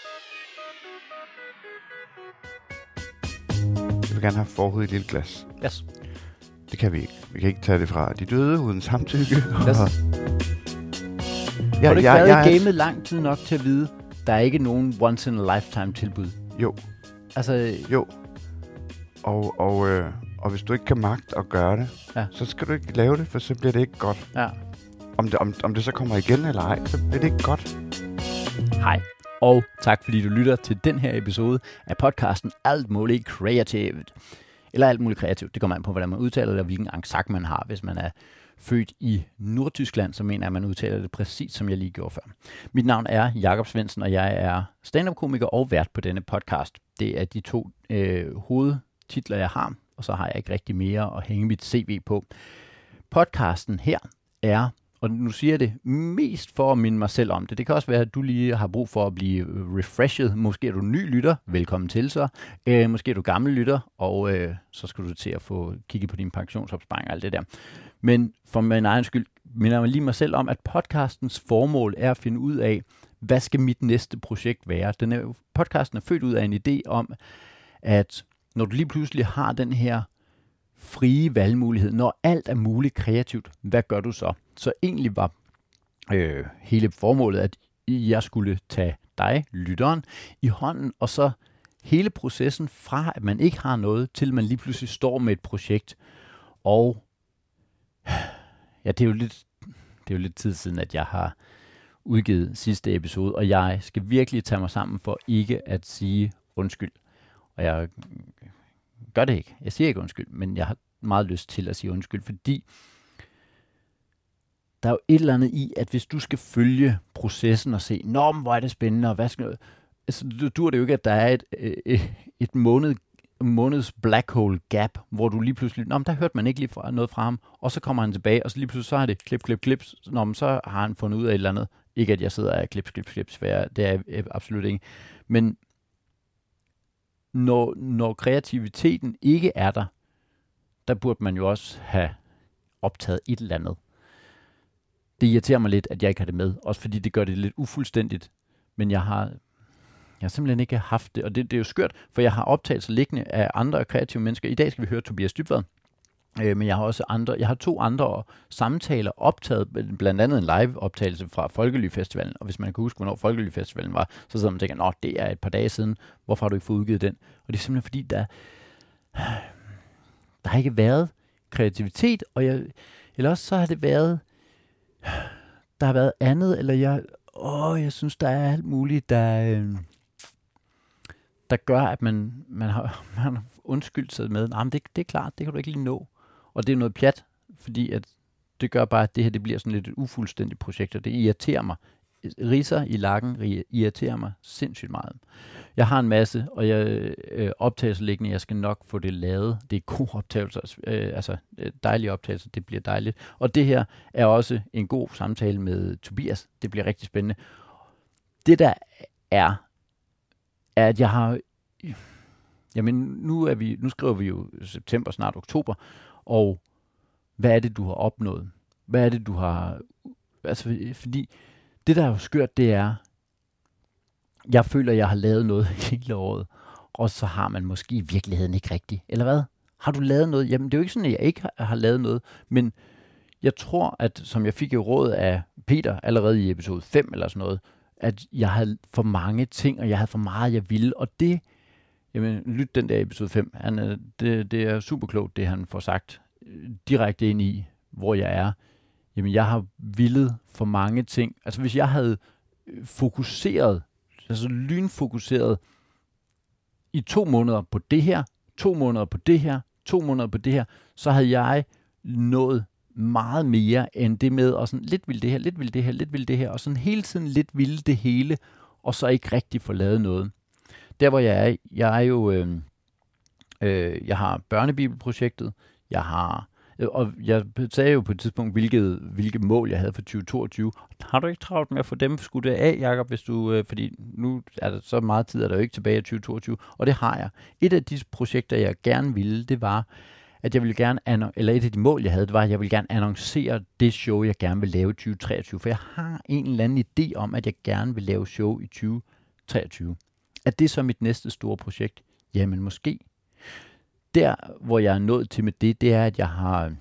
Jeg vil gerne have forhud i et lille glas. Yes. Det kan vi ikke. Vi kan ikke tage det fra de døde uden samtykke. Yes. Har du ikke været i gamet lang tid nok til at vide, der er ikke nogen once in a lifetime tilbud? Jo. Altså... Jo. Og hvis du ikke kan magte at gøre det, så skal du ikke lave det, for så bliver det ikke godt. Ja. Om det så kommer igen eller ej, så bliver det ikke godt. Hej, og tak fordi du lytter til den her episode af podcasten Alt Muligt Kreativt. Eller Alt Muligt Kreativt. Det kommer an på, hvordan man udtaler det, og hvilken accent man har. Hvis man er født i Nordtyskland, så mener jeg, at man udtaler det præcis, som jeg lige gjorde før. Mit navn er Jakob Svendsen, og jeg er stand-up-komiker og vært på denne podcast. Det er de to hovedtitler, jeg har, og så har jeg ikke rigtig mere at hænge mit CV på. Podcasten her er, og nu siger jeg det mest for at minde mig selv om det. Det kan også være, at du lige har brug for at blive refreshed. Måske er du ny lytter. Velkommen til så. Måske er du gammel lytter, og så skal du til at få kigget på din pensionsopsparing og alt det der. Men for min egen skyld minder jeg lige mig selv om, at podcastens formål er at finde ud af, hvad skal mit næste projekt være. Podcasten er født ud af en idé om, at når du lige pludselig har den her frie valgmulighed, når alt er muligt kreativt, hvad gør du så? Så egentlig var hele formålet, at jeg skulle tage dig, lytteren, i hånden, og så hele processen fra, at man ikke har noget, til man lige pludselig står med et projekt. Og ja, det er jo lidt tid siden, at jeg har udgivet sidste episode, og jeg skal virkelig tage mig sammen for ikke at sige undskyld. Og jeg gør det ikke. Jeg siger ikke undskyld, men jeg har meget lyst til at sige undskyld, fordi der er jo et eller andet i, at hvis du skal følge processen og se, hvor er det spændende, og hvad skal jeg... Altså, det jo ikke, at der er et måneds black hole gap, hvor du lige pludselig, der hørte man ikke lige noget fra ham, og så kommer han tilbage, og så lige pludselig så er det klip, så har han fundet ud af et eller andet. Ikke at jeg sidder og klip, det er jeg absolut ikke. Men når kreativiteten ikke er der burde man jo også have optaget et eller andet. Det irriterer mig lidt, at jeg ikke har det med, også fordi det gør det lidt ufuldstændigt, men jeg har simpelthen ikke haft det, og det er jo skørt, for jeg har optagelser liggende af andre kreative mennesker. I dag skal vi høre Tobias Dybvad, men jeg har 2 andre samtaler optaget, blandt andet en live-optagelse fra Folkelig Festivalen, og hvis man kan huske, hvornår Folkelig Festivalen var, så sidder man og tænker, det er et par dage siden, hvorfor har du ikke fået udgivet den? Og det er simpelthen fordi, der har ikke været kreativitet, og eller også så har det været, der har været andet, eller jeg synes, der er alt muligt, der gør, at man har undskyldt sig med, det er klart, det kan du ikke lige nå. Og det er noget pjat, fordi at det gør bare, at det her det bliver sådan lidt et ufuldstændigt projekt, og det irriterer mig. Ridser i lakken irriterer mig sindssygt meget. Jeg har en masse, og jeg optagelser liggende, jeg skal nok få det lavet. Det er gode optagelser, dejlige optagelser, det bliver dejligt. Og det her er også en god samtale med Tobias. Det bliver rigtig spændende. Det der er at jeg har... Jamen, nu skriver vi jo september, snart oktober, og hvad er det, du har opnået? Hvad er det, du har... Altså, fordi det, der er jo skørt, det er, jeg føler, jeg har lavet noget hele året, og så har man måske i virkeligheden ikke rigtigt. Eller hvad? Har du lavet noget? Jamen, det er jo ikke sådan, at jeg ikke har lavet noget, men jeg tror, at som jeg fik jo råd af Peter allerede i episode 5 eller sådan noget, at jeg havde for mange ting, og jeg havde for meget, jeg ville, og det, jamen, lyt den der episode 5, det er super klogt, det han får sagt direkte ind i, hvor jeg er. Jamen, jeg har villet for mange ting. Altså, hvis jeg havde fokuseret, altså lynfokuseret i 2 måneder på det her, 2 måneder på det her, 2 måneder på det her, så havde jeg nået meget mere end det med, og sådan lidt vil det her, lidt vil det her, lidt vil det her, og sådan hele tiden lidt ville det hele, og så ikke rigtig få lavet noget. Der hvor jeg er jo, jeg har børnebibelprojektet, og jeg sagde jo på et tidspunkt, hvilke mål jeg havde for 2022. Har du ikke travlt med at få dem skudt af, Jakob, hvis du, fordi nu er der så meget tid, er der jo ikke tilbage i 2022, og det har jeg. Et af de projekter, jeg gerne ville, det var, at jeg ville gerne, eller et af de mål, jeg havde, det var, at jeg ville gerne annoncere det show, jeg gerne vil lave i 2023, for jeg har en eller anden idé om, at jeg gerne vil lave show i 2023. 2023. Er det så mit næste store projekt? Jamen måske. Der, hvor jeg er nået til med det er, at jeg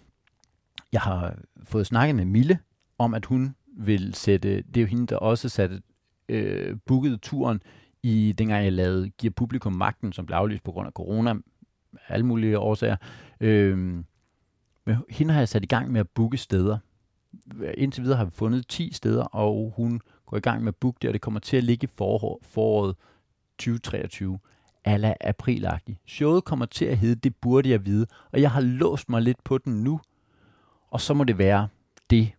har fået snakket med Mille om, at hun vil sætte, det er jo hende, der også satte bookede turen i dengang jeg lavede Giver Publikum Magten, som blev aflyst på grund af corona, alle mulige årsager. Men hende har jeg sat i gang med at booke steder. Indtil videre har vi fundet 10 steder, og hun går i gang med at booke det, og det kommer til at ligge i foråret 2023. Alla aprilagtigt. Showet kommer til at hedde Det burde jeg vide, og jeg har låst mig lidt på den nu, og så må det være det.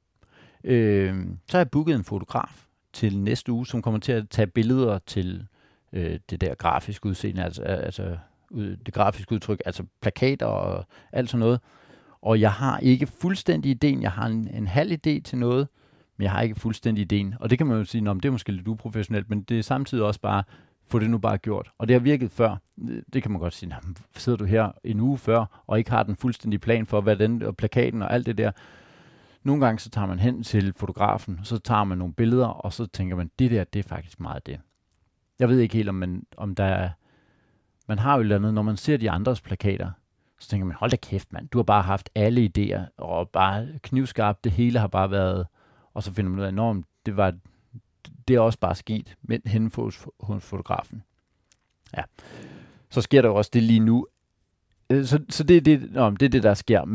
Så har jeg booket en fotograf til næste uge, som kommer til at tage billeder til det der grafiske udseende, altså det grafiske udtryk, altså plakater og alt sådan noget. Og jeg har ikke fuldstændig ideen. Jeg har en halv idé til noget, men jeg har ikke fuldstændig ideen. Og det kan man jo sige, det er måske lidt uprofessionelt, men det er samtidig også bare, få det nu bare gjort. Og det har virket før. Det kan man godt sige, sidder du her en uge før, og ikke har den fuldstændige plan for, hvad den og plakaten og alt det der. Nogle gange så tager man hen til fotografen, så tager man nogle billeder, og så tænker man, det er faktisk meget det. Jeg ved ikke helt, om der er... Man har jo et eller andet, når man ser de andres plakater, så tænker man, hold da kæft mand, du har bare haft alle idéer, og bare knivskarpt, det hele har bare været, og så finder man ud af, enormt, det er også bare sket, men henne hos fotografen. Ja. Så sker der jo også det lige nu. Så det er det, der sker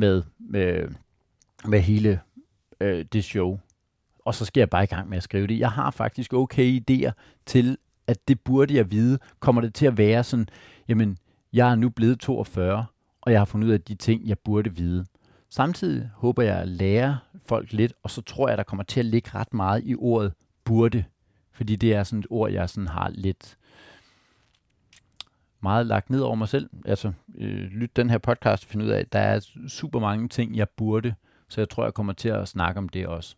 med hele det show. Og så skal jeg bare i gang med at skrive det. Jeg har faktisk okay idéer til, at det burde jeg vide. Kommer det til at være sådan, jamen, jeg er nu blevet 42, og jeg har fundet ud af de ting, jeg burde vide. Samtidig håber jeg at lære folk lidt, og så tror jeg, der kommer til at ligge ret meget i ordet burde. Fordi det er sådan et ord, jeg sådan har lidt meget lagt ned over mig selv. Altså, lyt den her podcast og finde ud af, at der er super mange ting, jeg burde. Så jeg tror, jeg kommer til at snakke om det også.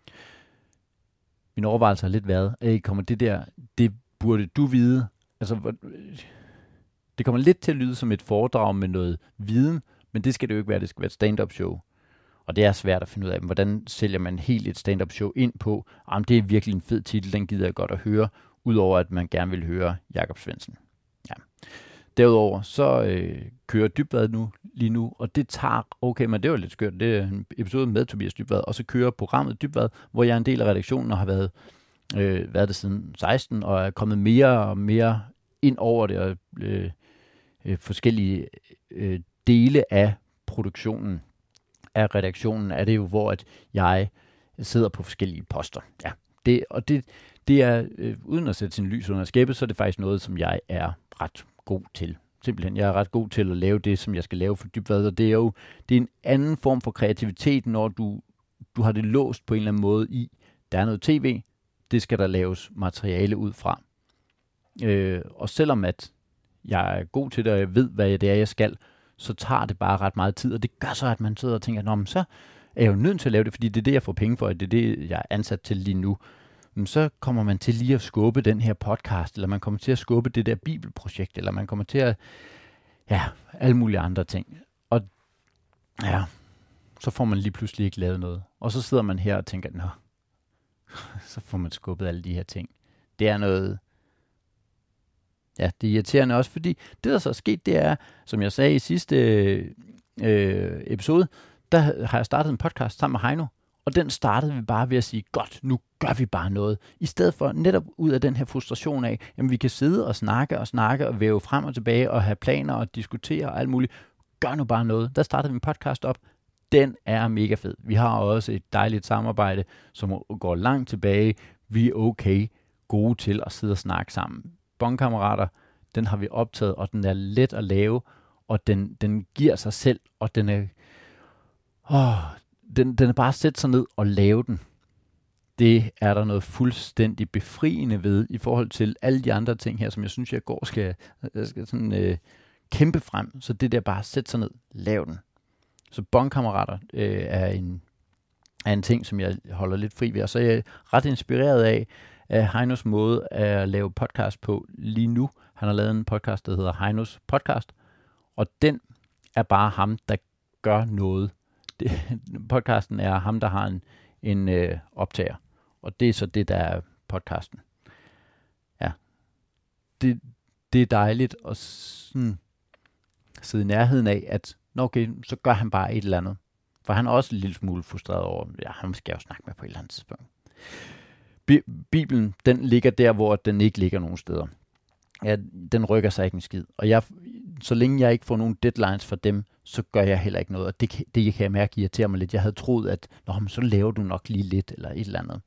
Min overvejelse har lidt været, kommer det burde du vide. Altså, det kommer lidt til at lyde som et foredrag med noget viden, men det skal det jo ikke være. Det skal være et stand-up show. Og det er svært at finde ud af, hvordan sælger man helt et stand-up show ind på. Det er virkelig en fed titel, den gider jeg godt at høre, udover at man gerne vil høre Jakob Svendsen. Ja. Derudover så kører Dybvad lige nu, og det tager, men det var lidt skørt, det er en episode med Tobias Dybvad, og så kører programmet Dybvad, hvor jeg er en del af redaktionen og har været det siden 16, og er kommet mere og mere ind over det, og forskellige dele af produktionen, af redaktionen, er det jo, hvor at jeg sidder på forskellige poster. Ja, det er, uden at sætte sin lys under skæbet, så er det faktisk noget, som jeg er ret god til. Simpelthen, jeg er ret god til at lave det, som jeg skal lave for Dybvad, og det er en anden form for kreativitet, når du har det låst på en eller anden måde i, der er noget tv, det skal der laves materiale ud fra. Og selvom at jeg er god til det, og jeg ved, hvad det er, jeg skal, så tager det bare ret meget tid, og det gør så, at man sidder og tænker, men så er jeg jo nødt til at lave det, fordi det er det, jeg får penge for, og det er det, jeg er ansat til lige nu. Men så kommer man til lige at skubbe den her podcast, eller man kommer til at skubbe det der bibelprojekt, eller man kommer til at, alle mulige andre ting. Og så får man lige pludselig ikke lavet noget. Og så sidder man her og tænker, så får man skubbet alle de her ting. Det er noget... Ja, det er irriterende også, fordi det, der så er sket, det er, som jeg sagde i sidste episode, der har jeg startet en podcast sammen med Heino, og den startede vi bare ved at sige, godt, nu gør vi bare noget. I stedet for netop ud af den her frustration af, jamen vi kan sidde og snakke og væve frem og tilbage og have planer og diskutere og alt muligt. Gør nu bare noget. Der startede vi en podcast op. Den er mega fed. Vi har også et dejligt samarbejde, som går langt tilbage. Vi er okay gode til at sidde og snakke sammen. Bonkammerater, den har vi optaget, og den er let at lave, og den giver sig selv, og den er den er bare at sætte sig ned og lave den. Det er der noget fuldstændig befriende ved, i forhold til alle de andre ting her, som jeg synes, jeg skal sådan kæmpe frem. Så det der bare at sætte sig ned, lave den. Så Bonkammerater er en ting, som jeg holder lidt fri ved, og så er jeg ret inspireret af Heinos måde at lave podcast på lige nu. Han har lavet en podcast, der hedder Heinos Podcast, og den er bare ham, der gør noget. Podcasten er ham, der har en optager, og det er så det, der er podcasten. Ja, det er dejligt at sådan sidde i nærheden af, at okay, så gør han bare et eller andet. For han er også en lille smule frustreret over, ja, han skal jo snakke med på et eller andet tidspunkt. Bibelen, den ligger der, hvor den ikke ligger nogen steder. Ja, den rykker sig ikke en skid. Og så længe jeg ikke får nogen deadlines for dem, så gør jeg heller ikke noget. Og det kan jeg mærke irriterer mig lidt. Jeg havde troet, at så laver du nok lige lidt, eller et eller andet.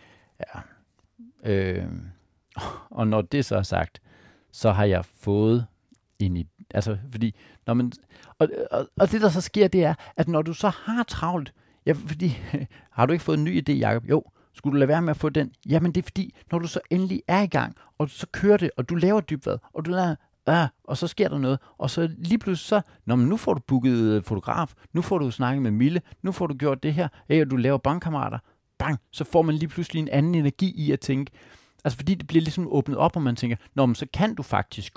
Ja. Og når det så er sagt, så har jeg fået fordi, og det der så sker, det er, at når du så har travlt, har du ikke fået en ny idé, Jacob? Jo, skulle du lade være med at få den? Jamen det er fordi, når du så endelig er i gang, og så kører det, og du laver dybvad, og du lader, og så sker der noget, og så lige pludselig så, nu får du booket fotograf, nu får du snakket med Mille, nu får du gjort det her, og du laver bankkammerater, bang, så får man lige pludselig en anden energi i at tænke, altså fordi det bliver ligesom åbnet op, og man tænker, men så kan du faktisk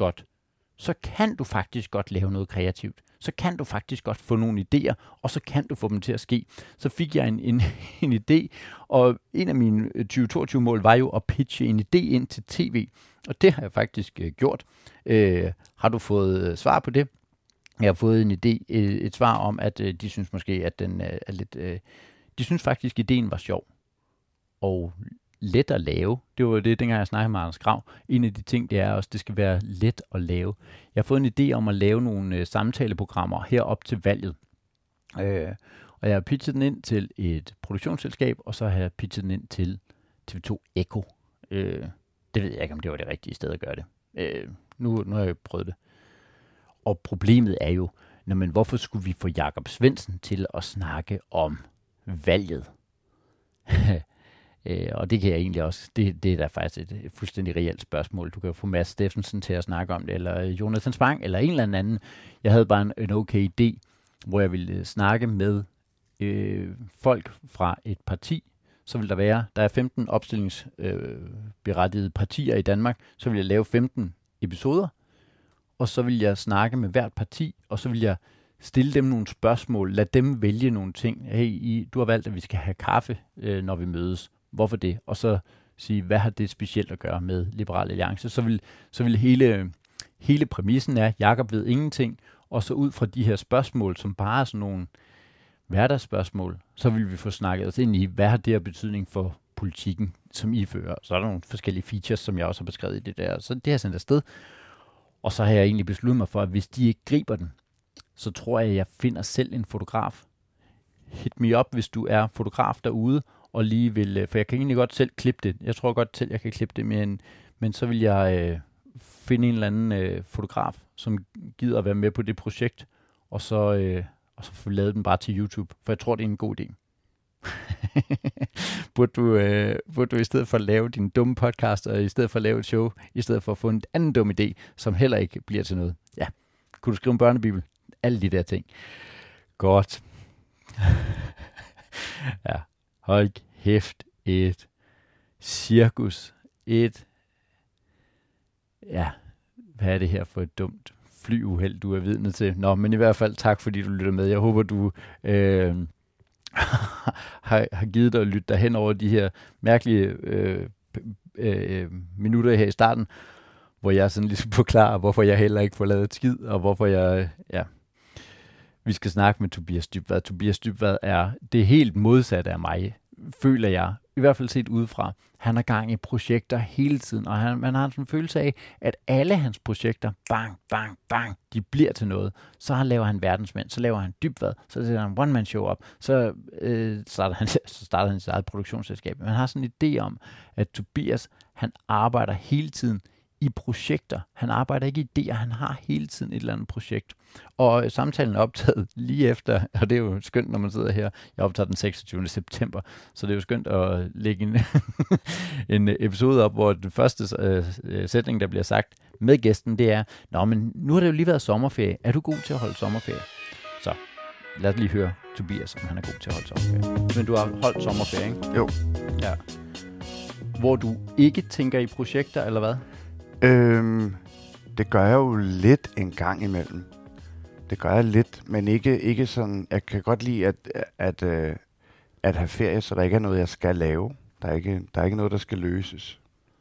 godt lave noget kreativt. Så kan du faktisk godt få nogle idéer, og så kan du få dem til at ske. Så fik jeg en idé, og en af mine 2022-mål var jo at pitche en idé ind til tv. Og det har jeg faktisk gjort. Har du fået svar på det? Jeg har fået en idé, et svar om, at de synes måske, at den er lidt... de synes faktisk, at idéen var sjov. Og let at lave. Det var det, dengang jeg snakkede med Anders Grav. En af de ting, det er også, det skal være let at lave. Jeg har fået en idé om at lave nogle samtaleprogrammer herop til valget. Og jeg har pitchet den ind til et produktionsselskab, og så har jeg pitchet den ind til TV2 Echo. Det ved jeg ikke, om det var det rigtige sted at gøre det. Nu har jeg jo prøvet det. Og problemet er jo, hvorfor skulle vi få Jakob Svendsen til at snakke om valget? Og det kan jeg egentlig også, det er da faktisk et fuldstændig reelt spørgsmål. Du kan jo få Mads Steffensen til at snakke om det, eller Jonathan Spang, eller en eller anden. Jeg havde bare en okay idé, hvor jeg ville snakke med folk fra et parti. Så vil der er 15 opstillingsberettigede partier i Danmark, så vil jeg lave 15 episoder, og så vil jeg snakke med hvert parti, og så vil jeg stille dem nogle spørgsmål, lad dem vælge nogle ting. Hey, du har valgt, at vi skal have kaffe, når vi mødes. Hvorfor det? Og så sige, hvad har det specielt at gøre med Liberal Alliance? Så vil hele præmissen er, at Jakob ved ingenting, og så ud fra de her spørgsmål, som bare er sådan nogle hverdagsspørgsmål, så vil vi få snakket os ind i, hvad har det her betydning for politikken, som I fører. Så er der nogle forskellige features, som jeg også har beskrevet i det der. Så det har sendt afsted. Og så har jeg egentlig besluttet mig for, at hvis de ikke griber den, så tror jeg, at jeg finder selv en fotograf. Hit me up, hvis du er fotograf derude, og lige vil, for jeg kan egentlig godt selv klippe det. Jeg tror godt selv, jeg kan klippe det, men så vil jeg finde en eller anden fotograf, som gider at være med på det projekt, og så få lavet den bare til YouTube, for jeg tror, det er en god idé. Burde du i stedet for at lave din dumme podcast, og i stedet for at lave et show, i stedet for at få en anden dum idé, som heller ikke bliver til noget. Ja, kunne du skrive en børnebibel? Alle de der ting. Godt. Ja, hold kæft, et cirkus, ja, hvad er det her for et dumt flyuheld, du er vidne til? Nå, men i hvert fald tak, fordi du lytter med. Jeg håber, du har givet dig at lytte dig hen over de her mærkelige minutter her i starten, hvor jeg sådan ligesom forklarer, hvorfor jeg heller ikke får lavet et skid, og hvorfor jeg, vi skal snakke med Tobias Dybvad. Tobias Dybvad er det helt modsatte af mig, føler jeg, i hvert fald set udefra. Han har gang i projekter hele tiden, og man har en følelse af, at alle hans projekter, bang, bang, bang, de bliver til noget. Så laver han Verdensmænd, så laver han Dybvad, så sætter han one-man-show op, så starter han sit eget produktionsselskab. Man har sådan en idé om, at Tobias, han arbejder hele tiden i projekter. Han arbejder ikke i idéer, han har hele tiden et eller andet projekt. Og samtalen er optaget lige efter, og det er jo skønt, når man sidder her. Jeg optager den 26. september, så det er jo skønt at lægge en episode op, hvor den første sætning, der bliver sagt med gæsten, det er, men nu har det jo lige været sommerferie. Er du god til at holde sommerferie? Så lad os lige høre Tobias, om han er god til at holde sommerferie. Men du har holdt sommerferie, ikke? Jo. Ja. Hvor du ikke tænker i projekter, eller hvad? Det gør jeg jo lidt en gang imellem. Det gør jeg lidt, men ikke sådan. Jeg kan godt lide at have ferie, så der ikke er noget, jeg skal lave. Der er ikke noget, der skal løses.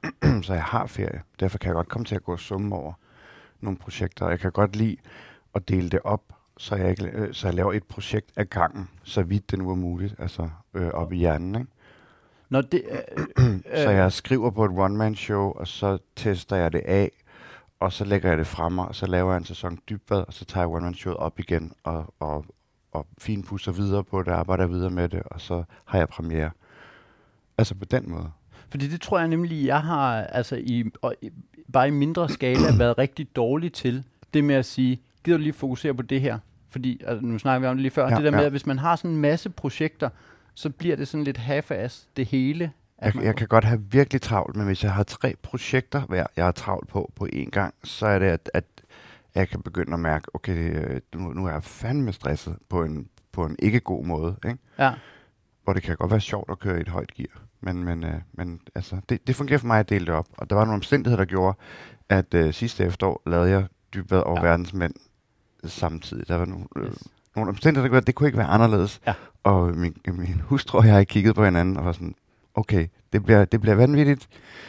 så jeg har ferie. Derfor kan jeg godt komme til at gå og summe over nogle projekter. Jeg kan godt lide at dele det op, så jeg laver et projekt ad gangen, så vidt det nu er muligt, altså op i hjernen, ikke? Når det, Så jeg skriver på et one-man-show, og så tester jeg det af, og så lægger jeg det frem, og så laver jeg en sæson Dybvad, og så tager jeg one-man-showet op igen, og finpudser videre på det, arbejder videre med det, og så har jeg premiere. Altså på den måde. Fordi det tror jeg nemlig, jeg har bare i mindre skala været rigtig dårlig til, det med at sige, gider du lige fokusere på det her? Fordi, altså, nu snakker vi om det lige før, det der med, at hvis man har sådan en masse projekter, så bliver det sådan lidt half-ass, det hele. Jeg kan godt have virkelig travlt, men hvis jeg har 3 projekter hver, jeg har travlt på én gang, så er det, at jeg kan begynde at mærke, okay, nu er jeg fandme stresset på en ikke god måde, ikke? Ja. Hvor det kan godt være sjovt at køre i et højt gear. Men altså, det fungerer for mig at dele det op. Og der var nogle omstændigheder, der gjorde, at sidste efterår lavede jeg Dybvad over verdensmænd samtidig. Der var nogle omstændigheder, der gjorde, at det kunne ikke være anderledes. Ja. Og min hustru og jeg kiggede på hinanden og var sådan, okay, det bliver vanvittigt,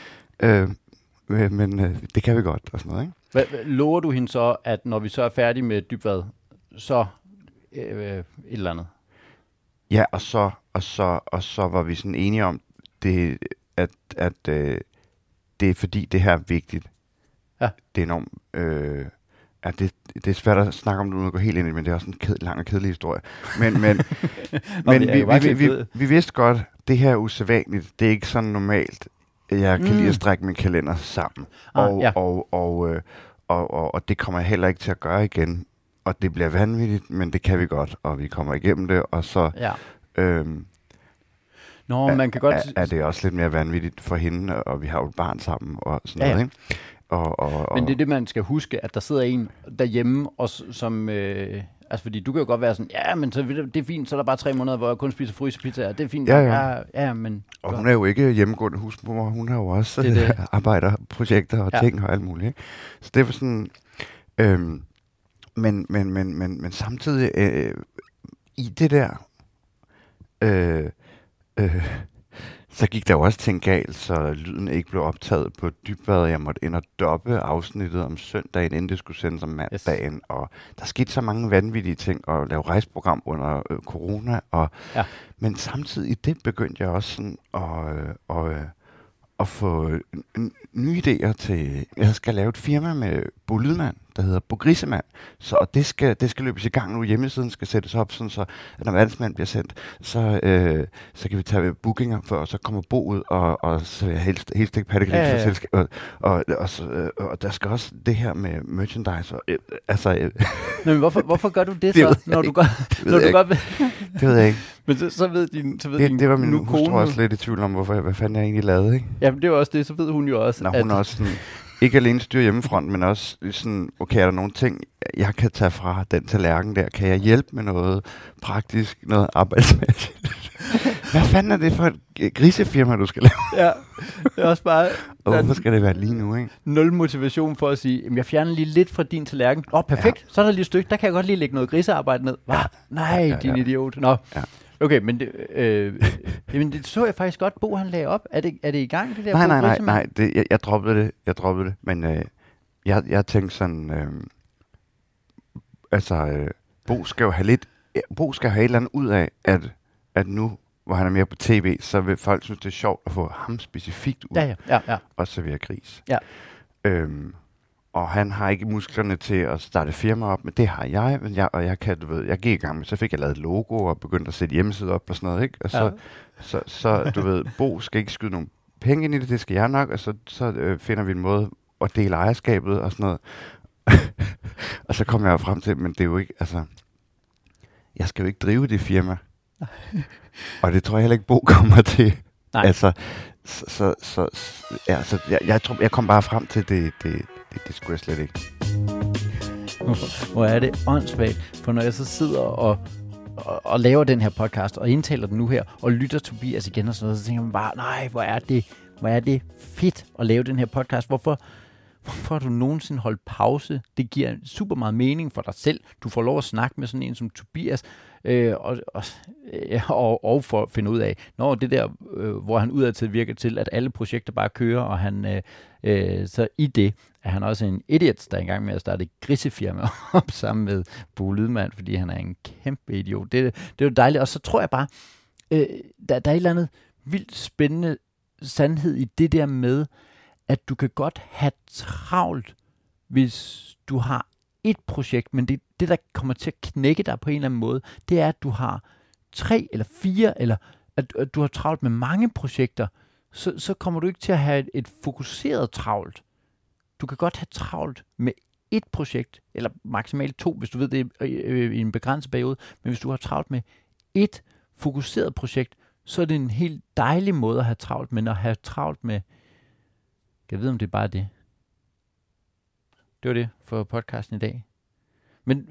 men det kan vi godt, og sådan noget, ikke? Lover du hende så, at når vi så er færdige med Dybvad, så et eller andet? Ja, og så var vi sådan enige om, det, at det er fordi, det her er vigtigt. Ja. Det er enormt... det er svært at snakke om det, uden at gå helt ind i det, men det er også en lang og kedelig historie. Men vi vidste godt, det her er usædvanligt. Det er ikke sådan normalt. Jeg kan lide at strække min kalender sammen. Og det kommer jeg heller ikke til at gøre igen. Og det bliver vanvittigt, men det kan vi godt, og vi kommer igennem det, og så... Ja. Man kan godt... er det også lidt mere vanvittigt for hende, og vi har jo et barn sammen, og sådan noget, ikke? Men det er det, man skal huske, at der sidder en derhjemme, og som... altså, fordi du kan jo godt være sådan, ja, men så, det er fint, så er der bare 3 måneder, hvor jeg kun spiser frysepizza, og det er fint. Ja, men... Og hun er jo ikke hjemmegående husmor, hun har jo også arbejderprojekter og ting og alt muligt, ikke? Så det var sådan... Men samtidig i det der... så gik der jo også ting galt, så lyden ikke blev optaget på Dybvad. Jeg måtte ind og doppe afsnittet om søndagen, inden det skulle sendes om mandagen. Yes. Og der skete så mange vanvittige ting, og lave rejseprogram under corona. Men samtidig i det begyndte jeg også sådan at få nye idéer til... Jeg skal lave et firma med Bo Lydman, der hedder Bo Grisemand. Og det skal løbes i gang nu. Hjemmesiden skal sættes op, sådan så at når verdensmand bliver sendt, så kan vi tage bookinger for, og så kommer Bo ud, og så vil jeg helst ikke pattegris for selskab. Og der skal også det her med merchandise. Men hvorfor gør du det så, når du gør... Det ved jeg ikke. Men så ved din det var min hustru også lidt i tvivl om, hvad fanden jeg egentlig lavede, ikke? Ja, men det er også det, så ved hun jo også, hun er også sådan... Ikke alene styre hjemmefront, men også sådan, okay, er der nogle ting, jeg kan tage fra den tallerken der? Kan jeg hjælpe med noget praktisk, noget arbejdsmæssigt? Hvad fanden er det for et grisefirma, du skal lave? Ja, det er også bare... Og hvorfor skal det være lige nu, ikke? Nul motivation for at sige, jeg fjerner lige lidt fra din tallerken. Perfekt, så er der lige et stykke, der kan jeg godt lige lægge noget grisearbejde ned. Nej, din idiot. Nå. Ja. Okay, men det så jeg faktisk godt, Bo han lagde op. Er det i gang, det der? Nej. Jeg droppede det. Men jeg tænkte sådan... Bo skal jo have lidt... Bo skal have et eller andet ud af, at nu, hvor han er mere på tv, så vil folk synes, det er sjovt at få ham specifikt ud. Ja. Og servere gris. Ja. Og han har ikke musklerne til at starte firma op, men det har jeg. Jeg kan, jeg gik i gang med, så fik jeg lavet et logo og begyndte at sætte hjemmeside op og sådan noget, ikke? Og så du ved, Bo skal ikke skyde nogen penge ind i det skal jeg nok, og så finder vi en måde at dele ejerskabet og sådan noget. Og så kom jeg jo frem til, men det er jo ikke, jeg skal jo ikke drive det firma. Og det tror jeg heller ikke, Bo kommer til. Nej. Jeg tror, jeg kom bare frem til det skulle jeg slet ikke. Hvor er det åndssvagt, for når jeg så sidder og laver den her podcast, og indtaler den nu her, og lytter Tobias igen og sådan noget, så tænker man bare, nej, hvor er det fedt at lave den her podcast. Hvorfor har du nogensinde holdt pause? Det giver super meget mening for dig selv. Du får lov at snakke med sådan en som Tobias. Og for at finde ud af, når det der, hvor han udadtil virker til, at alle projekter bare kører, og han så i det er han også en idiot, der er i gang med at starte et grisefirma op sammen med Bo Lydman, fordi han er en kæmpe idiot. Det er jo dejligt, og så tror jeg bare, der er et eller andet vildt spændende sandhed i det der med, at du kan godt have travlt, hvis du har et projekt, men det der kommer til at knække dig på en eller anden måde, det er, at du har 3 eller 4, eller at du har travlt med mange projekter, så kommer du ikke til at have et fokuseret travlt. Du kan godt have travlt med et projekt, eller maksimalt 2, hvis du ved det i en begrænset periode, men hvis du har travlt med et fokuseret projekt, så er det en helt dejlig måde at have travlt, men at have travlt med, jeg ved om det er bare det. Det var det for podcasten i dag. Men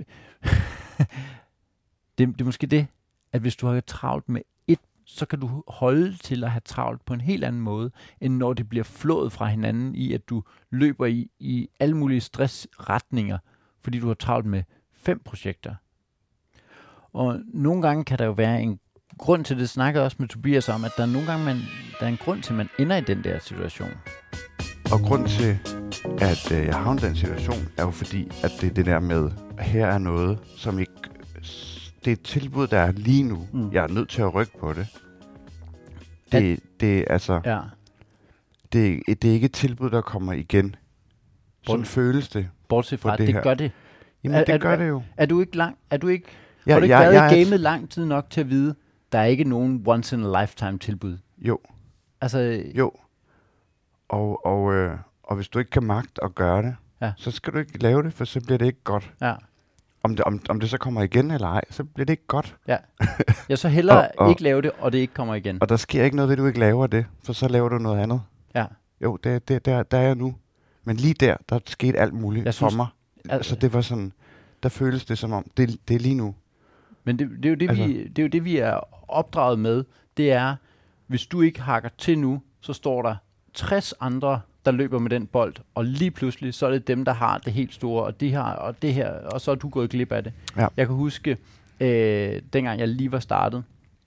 det er måske det, at hvis du har travlt med et, så kan du holde til at have travlt på en helt anden måde, end når det bliver flået fra hinanden i, at du løber i alle mulige stressretninger, fordi du har travlt med 5 projekter. Og nogle gange kan der jo være en grund til det, snakker også med Tobias om, at der er nogle gange, der er en grund til, at man ender i den der situation. Og grund til, at jeg havner i den situation, er jo fordi, at det er det der med, at her er noget, som ikke... Det er et tilbud, der er lige nu. Jeg er nødt til at rykke på det. Det er altså... Ja. Det er ikke et tilbud, der kommer igen. Sådan føles det. Bortset fra, det gør det. Jamen, det gør det jo. Er du ikke lang... Har du ikke været i gamet lang tid nok til at vide, der er ikke nogen once in a lifetime tilbud? Jo. Altså... Jo. Og hvis du ikke kan magte at gøre det, så skal du ikke lave det, for så bliver det ikke godt. Ja. Om det så kommer igen eller ej, så bliver det ikke godt. Ja. Jeg så hellere ikke lave det, og det ikke kommer igen. Og der sker ikke noget ved, at du ikke laver det, for så laver du noget andet. Ja. Jo, der er jeg nu. Men lige der skete alt muligt for mig. Altså det var sådan, der føles det som om, det er lige nu. Men det er jo det, altså, det er jo det, vi er opdraget med. Det er, hvis du ikke hakker til nu, så står der 60 andre, der løber med den bold, og lige pludselig, så er det dem, der har det helt store, og de har, og det her, og så er du gået glip af det. Ja. Jeg kan huske, dengang jeg lige var startet,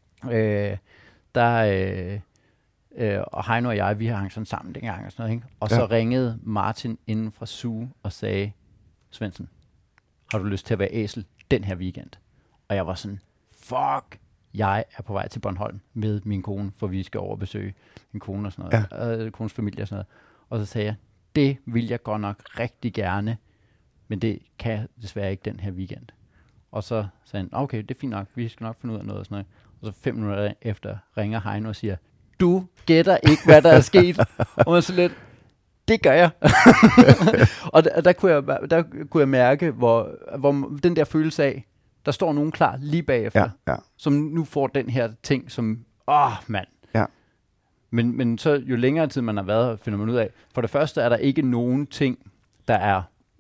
og Heino og jeg, vi har hængt sådan sammen dengang, og sådan noget, ikke? Og så ringede Martin inden fra Zoo og sagde, Svendsen, har du lyst til at være æsel den her weekend? Og jeg var sådan, fuck, jeg er på vej til Bornholm med min kone, for vi skal over og besøge min kone og sådan noget, kones familie og sådan noget. Og så sagde jeg, det vil jeg godt nok rigtig gerne, men det kan jeg desværre ikke den her weekend. Og så sagde han, okay, det er fint nok, vi skal nok finde ud af noget og sådan noget. Og så 5 minutter efter ringer Heino og siger, du gætter ikke, hvad der er sket. Og man så lidt, det gør jeg. Og der kunne jeg mærke, hvor den der følelse af, der står nogen klar lige bagefter, som nu får den her ting, som, mand. Ja. Men så jo længere tid man har været, finder man ud af, for det første er der ikke nogen ting, der er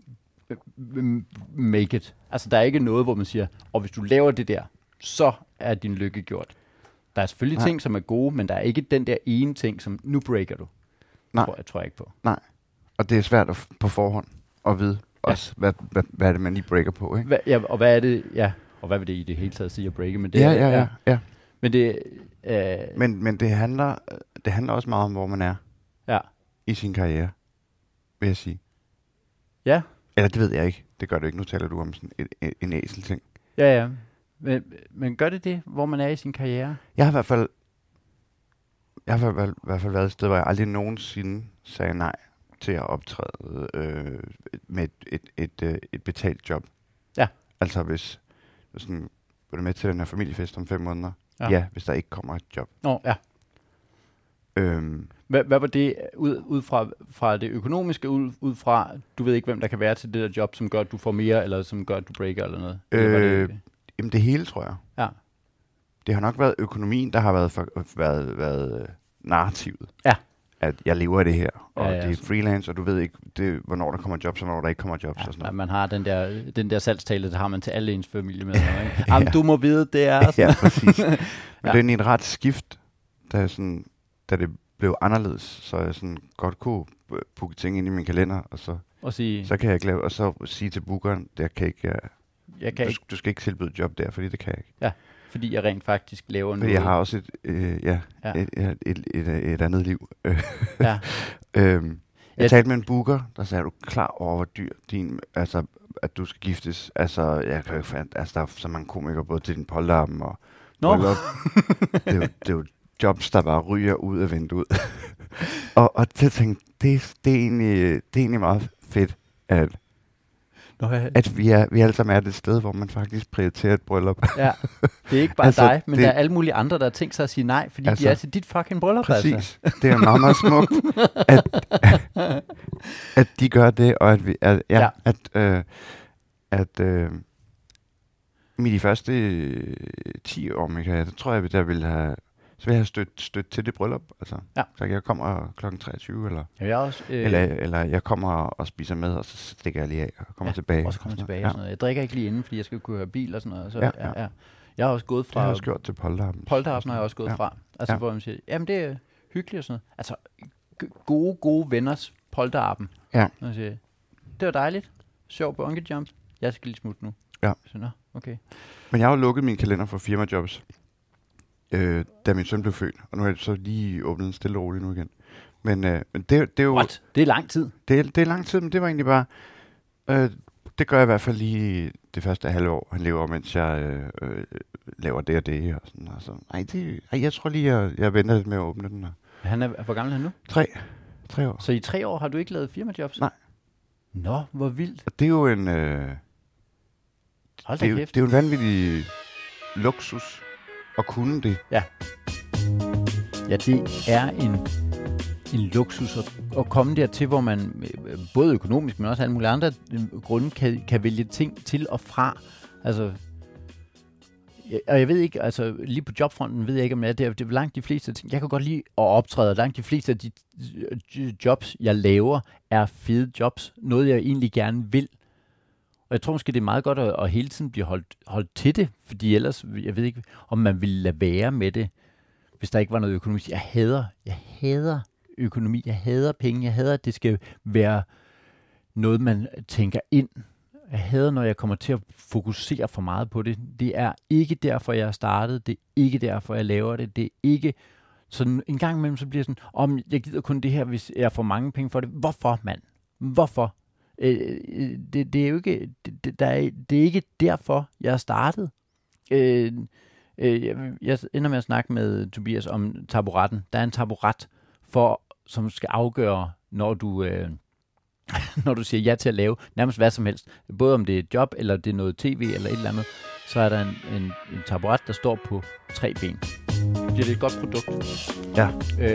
make it. Altså der er ikke noget, hvor man siger, og hvis du laver det der, så er din lykke gjort. Der er selvfølgelig ting, som er gode, men der er ikke den der ene ting, som nu breaker du. Nej. Tror jeg ikke på. Nej, og det er svært på forhånd at vide også, hvad er det, man lige breaker på, ikke? Og hvad er det, og hvad vil det i det hele taget sige at breake? Men det, ja. Men det... Men det handler også meget om, hvor man er i sin karriere, vil jeg sige. Ja. Eller det ved jeg ikke. Det gør det ikke. Nu taler du om sådan en æsel-ting. Ja. Men gør det, hvor man er i sin karriere? Jeg har i hvert fald været et sted, hvor jeg aldrig nogensinde sagde nej til at optræde med et betalt job. Ja. Altså hvis sådan, var du med til den her familiefest om 5 måneder? Ja, hvis der ikke kommer et job. Hvad var det ud fra det økonomiske, ud fra, du ved ikke, hvem der kan være til det der job, som gør, at du får mere, eller som gør, at du breaker, eller noget? Jamen det hele, tror jeg. Ja. Det har nok været økonomien, der har været narrativet. Ja. At jeg lever af det her, og det er freelance, og du ved ikke, hvornår der kommer jobs, og hvornår der ikke kommer jobs. Og sådan noget. Man har den der salgstale, der har man til alle ens familie med. Jamen, du må vide, det er sådan. Ja, præcis. Men det er egentlig et ret skift, da det blev anderledes, så jeg sådan godt kunne booke ting ind i min kalender, og så kan jeg ikke lave, og så sige til bookeren, jeg kan ikke, jeg kan ikke. Du skal ikke tilbyde job der, fordi det kan jeg ikke. Ja, fordi jeg rent faktisk laver noget. Jeg har også et andet liv. Ja. Jeg talte med en booker, der sagde, er du klar over, hvor dyr at du skal giftes? Altså, jeg kan jo ikke der er så mange komikere, både til din polterappen og bryllup. Det er jo jobs, der bare ryger ud af vinduet. og det tænkte, det er egentlig meget fedt, at vi alle sammen er det sted, hvor man faktisk prioriterer et bryllup. Ja, det er ikke bare dig, men der er alle mulige andre, der har tænkt sig at sige nej, fordi de er til dit fucking bryllup. Præcis. Altså. Det er meget, meget smukt, at de gør det, og at vi med de første 10 år, Michael, tror jeg, der ville have stødt til det bryllup. Altså. Ja. Så jeg kommer klokken 23, eller, jeg også, eller jeg kommer og spiser med, og så stikker jeg lige af og kommer tilbage. Og så kommer tilbage. Og sådan noget. Jeg drikker ikke lige inden, fordi jeg skal kunne høre bil og sådan noget. Så, ja. Jeg har også gået fra... Det har jeg også gjort til polterappen. Polterappen har jeg også gået fra. Altså, hvor man siger, jamen det er hyggeligt og sådan noget. Altså, gode venners polterappen. Ja. Og siger, det var dejligt. Sjov bungee jump. Jeg skal lige smutte nu. Ja. Så, okay. Men jeg har jo lukket min kalender for firmajobs, da min søn blev født. Og nu er det så lige åbnet en stille og roligt nu igen. Men det er jo... What? Det er lang tid? Det er lang tid, men det var egentlig bare... det gør jeg i hvert fald lige det første halve år, han lever, mens jeg laver det og det. Og sådan, og så. Jeg tror lige, jeg venter lidt med at åbne den. Hvor gammel er han nu? 3 år. Så i 3 år har du ikke lavet firmajobs? Nej. Nå, hvor vildt. Og det er jo en... Hold da kæft. Det er jo en vanvittig luksus at kunne det. Ja. Ja, det er en luksus at komme dertil, hvor man både økonomisk, men også alle mulige andre grunde kan vælge ting til og fra. Altså, og jeg ved ikke, altså lige på jobfronten ved jeg ikke, om det er langt de fleste ting. Jeg kan godt lide at optræde. Langt de fleste af de jobs, jeg laver, er fede jobs. Noget, jeg egentlig gerne vil. Og jeg tror måske, det er meget godt at hele tiden blive holdt til det, fordi ellers, jeg ved ikke, om man ville lade være med det, hvis der ikke var noget økonomi. Jeg hader økonomi, jeg hader penge, jeg hader, at det skal være noget, man tænker ind. Jeg hader, når jeg kommer til at fokusere for meget på det. Det er ikke derfor, jeg har startet, det er ikke derfor, jeg laver det, det er ikke... Så en gang imellem, så bliver det sådan, jeg gider kun det her, hvis jeg får mange penge for det. Hvorfor, mand? Hvorfor? Det er jo ikke, det er ikke derfor, jeg har startet. Jeg ender med at snakke med Tobias om taburetten. Der er en taburet, som skal afgøre, når du siger ja til at lave nærmest hvad som helst. Både om det er et job, eller det er noget tv, eller et eller andet, så er der en taburet, der står på 3 ben. Bliver det et godt produkt? Ja.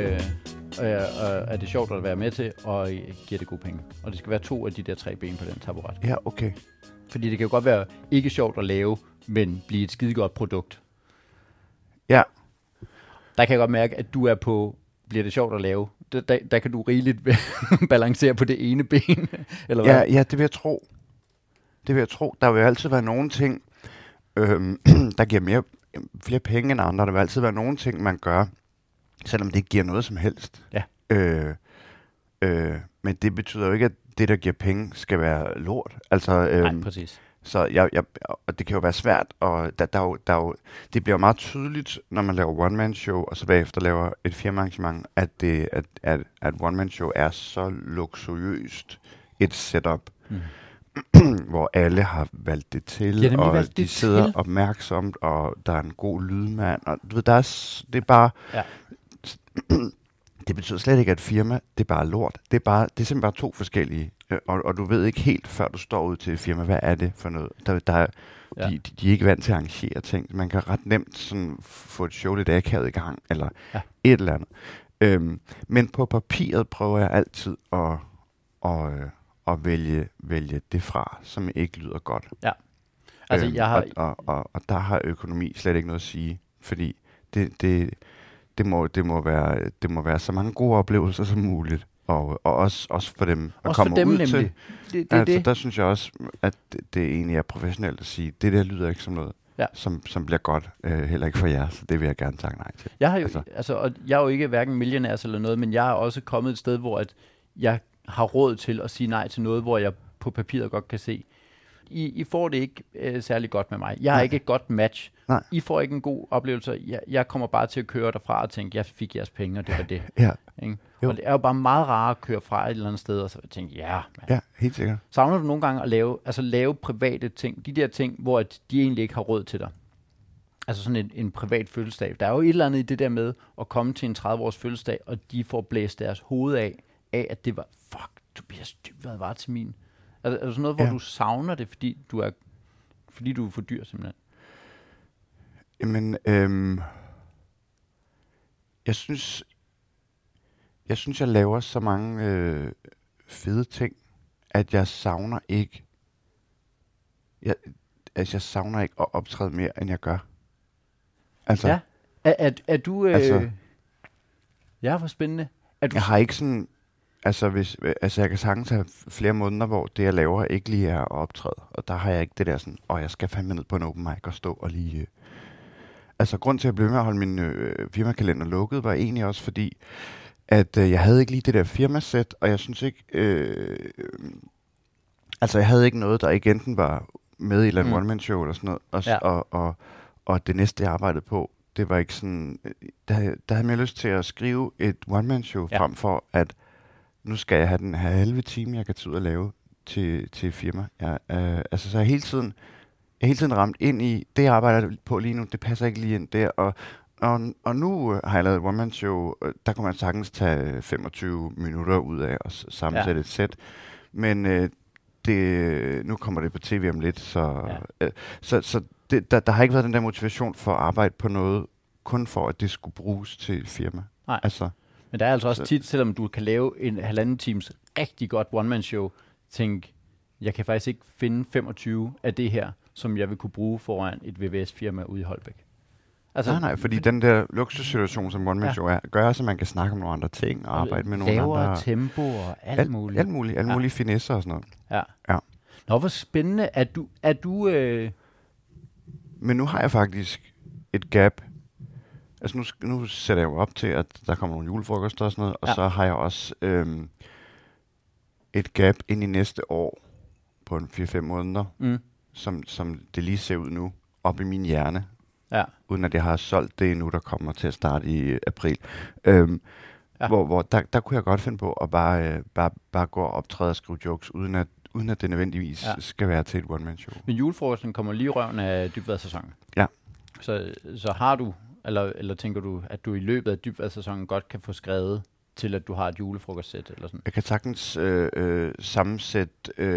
Er det sjovt at være med til, og giver det gode penge. Og det skal være 2 af de der 3 ben på den taburet. Ja, okay. Fordi det kan jo godt være ikke sjovt at lave, men blive et skidegodt produkt. Ja. Der kan jeg godt mærke, at du er på, bliver det sjovt at lave. Der kan du rigeligt balancere på det ene ben. Eller hvad? Ja, det vil jeg tro. Der vil altid være nogle ting, der giver flere penge end andre. Der vil altid være nogle ting, man gør, selvom det ikke giver noget som helst. Ja. Men det betyder jo ikke, at det, der giver penge, skal være lort. Altså, nej, præcis. Så og det kan jo være svært, og det bliver jo meget tydeligt, når man laver one-man-show, og så bagefter laver et firmaarrangement, at one-man-show er så luksuriøst et setup, hvor alle har valgt det til, og de sidder opmærksomt, og der er en god lydmand, og du ved, det er bare... Ja. Det betyder slet ikke, at et firma, det er bare lort. Det er simpelthen bare 2 forskellige, og du ved ikke helt, før du står ud til et firma, hvad er det for noget. De er ikke vant til at arrangere ting. Man kan ret nemt sådan få et show lidt akavet i gang, eller et eller andet. Men på papiret prøver jeg altid at vælge det fra, som ikke lyder godt. Ja. Altså, og der har økonomi slet ikke noget at sige, fordi det må være så mange gode oplevelser som muligt, og også for dem at komme ud nemlig. Til. Det. Der synes jeg også, at det egentlig er professionelt at sige, det der lyder ikke som noget, som bliver godt, heller ikke for jer, så det vil jeg gerne takke nej til. Jeg er jo ikke hverken millionær eller noget, men jeg er også kommet et sted, hvor at jeg har råd til at sige nej til noget, hvor jeg på papiret godt kan se, I får det ikke særlig godt med mig. Jeg har ikke et godt match. Nej. I får ikke en god oplevelse. Jeg kommer bare til at køre derfra og tænke, jeg fik jeres penge, og det var det. Ja. Ikke? Og det er jo bare meget rart at køre fra et eller andet sted, og så tænke, ja. Ja, helt sikkert. Savner du nogle gange at lave private ting, de der ting, hvor de egentlig ikke har råd til dig? Altså sådan en privat fødselsdag. Der er jo et eller andet i det der med at komme til en 30-års fødselsdag, og de får blæst deres hoved af, at det var, fuck, Tobias Dybvad var til min. Er der sådan noget, hvor du savner det, fordi du er for dyr simpelthen? Jamen, jeg synes, jeg laver så mange fede ting, at jeg savner ikke, jeg savner ikke at optræde mere, end jeg gør. Altså, ja. Er du... ja, hvor spændende. Jeg har ikke sådan... Altså, jeg kan sagtens have flere måneder, hvor det, jeg laver, ikke lige er at optræde. Og der har jeg ikke det der sådan, jeg skal fandme ned på en open mic og stå og lige... Altså, grund til at blive med at holde min firmakalender lukket, var egentlig også fordi, at jeg havde ikke lige det der firmasæt, og jeg synes ikke... altså, jeg havde ikke noget, der ikke enten var med i et eller andet one-man-show eller sådan noget, og det næste, jeg arbejdede på, det var ikke sådan... Der havde jeg lyst til at skrive et one-man-show frem for, at nu skal jeg have den her halve time, jeg kan tage ud og lave til firma. Så jeg hele tiden ramt ind i, det jeg arbejder på lige nu, det passer ikke lige ind der, og nu har jeg lavet et one-man-show, der kunne man sagtens tage 25 minutter ud af og sammensætte et sæt, men nu kommer det på tv om lidt, så der har ikke været den der motivation for at arbejde på noget, kun for at det skulle bruges til firma. Nej. Altså, men der er altså også tit, selvom du kan lave en 1,5 times rigtig godt one-man-show, tænk, jeg kan faktisk ikke finde 25 af det her, som jeg vil kunne bruge foran et VVS-firma ude i Holbæk. Altså, nej, fordi den der luksussituation, som one-man-show er, gør så man kan snakke om nogle andre ting og arbejde med nogle andre... Lavere tempo og alt muligt. Alle mulige finesser og sådan noget. Ja. Nå, hvor spændende. Er du Men nu har jeg faktisk et gap. Altså nu sætter jeg jo op til, at der kommer nogle julefrokoster og sådan noget, og så har jeg også et gap ind i næste år på en 4-5 måneder, som det lige ser ud nu, op i min hjerne. Ja. Uden at jeg har solgt det endnu, der kommer til at starte i april. Hvor der kunne jeg godt finde på at bare gå og optræde og skrive jokes, uden at det nødvendigvis skal være til et one-man-show. Men julefrokosten kommer lige i røven af Dybvad-sæsonen. Ja. Så har du, eller tænker du, at du i løbet af Dybvad-sæsonen godt kan få skrevet til, at du har et julefrokostsæt eller sådan? Jeg kan sagtens sammensætte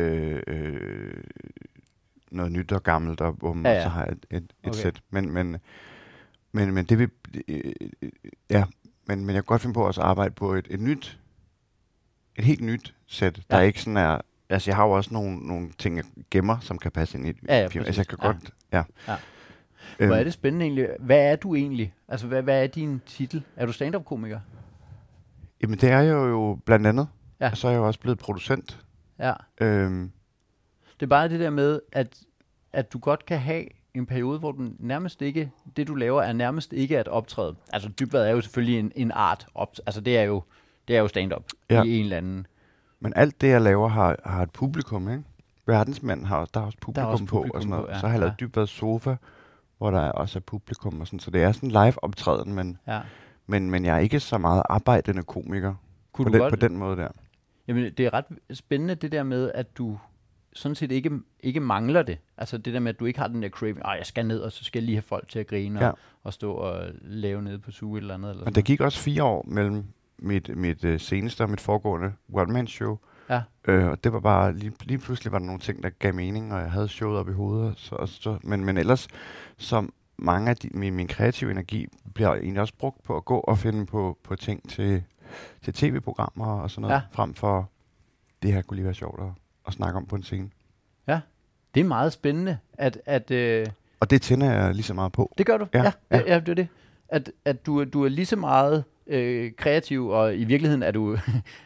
noget nyt og gammelt op, og så har jeg et sæt. Men det vil... Men jeg kan godt finde på at arbejde på et helt nyt sæt. Der er ikke sådan er... Altså, jeg har jo også nogle ting, jeg gemmer, som kan passe ind i et firma. Altså, jeg kan godt... Ja. Hvor er det spændende egentlig. Hvad er du egentlig? Altså, hvad er din titel? Er du stand-up-komiker? Jamen, det er jeg jo blandt andet. Ja. Og så er jeg jo også blevet producent. Ja. Det er bare det der med, at du godt kan have en periode, hvor du nærmest ikke, det du laver, er nærmest ikke at optræde. Altså, Dybvad er jo selvfølgelig en art. Altså, det er jo stand-up i en eller anden. Men alt det, jeg laver, har et publikum, ikke? Verdensmænd der er også publikum på, og sådan noget. Så har jeg lavet Dybvads Sofa, hvor der også er publikum og sådan. Så det er sådan en live-optræden, men jeg er ikke så meget arbejdende komiker på den måde der. Jamen, det er ret spændende det der med, at du sådan set ikke mangler det. Altså det der med, at du ikke har den der craving, jeg skal ned, og så skal jeg lige have folk til at grine og stå og lave nede på suge eller andet. Eller men der gik også 4 år mellem mit seneste og mit foregående one-man-show. Ja. Og det var bare, lige pludselig var der nogle ting, der gav mening, og jeg havde showet op i hovedet. Men ellers, som mange af min kreative energi, bliver egentlig også brugt på at gå og finde på ting til tv-programmer og sådan noget, frem for det her kunne lige være sjovt at snakke om på en scene. Ja, det er meget spændende. Og det tænder jeg lige så meget på. Det gør du? Ja, det er det. At du er lige så meget kreativ, og i virkeligheden er du...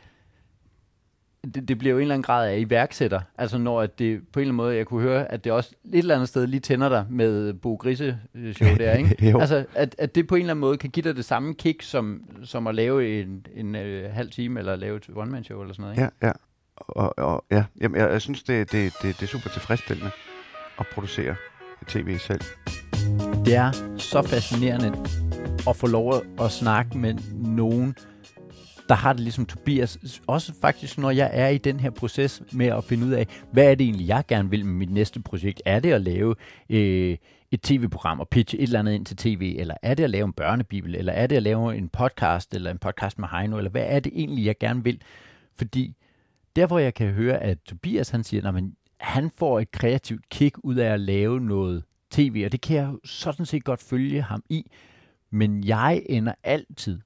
det bliver jo en eller anden grad af iværksætter. Altså når at det på en eller anden måde, jeg kunne høre, at det også et eller andet sted lige tænder dig med Bo Grisse show der, ikke? Altså at det på en eller anden måde kan give dig det samme kick, som at lave en halv time, eller lave et one-man show eller sådan noget, ikke? Ja. Og ja, jamen, jeg synes, det er super tilfredsstillende at producere tv selv. Det er så fascinerende at få lov at snakke med nogen, der har det ligesom Tobias. Også faktisk, når jeg er i den her proces med at finde ud af, hvad er det egentlig, jeg gerne vil med mit næste projekt? Er det at lave et tv-program og pitche et eller andet ind til tv? Eller er det at lave en børnebibel? Eller er det at lave en podcast? Eller en podcast med Heino? Eller hvad er det egentlig, jeg gerne vil? Fordi der, hvor jeg kan høre, at Tobias han siger, at han får et kreativt kick ud af at lave noget tv, og det kan jeg sådan set godt følge ham i. Men jeg ender altid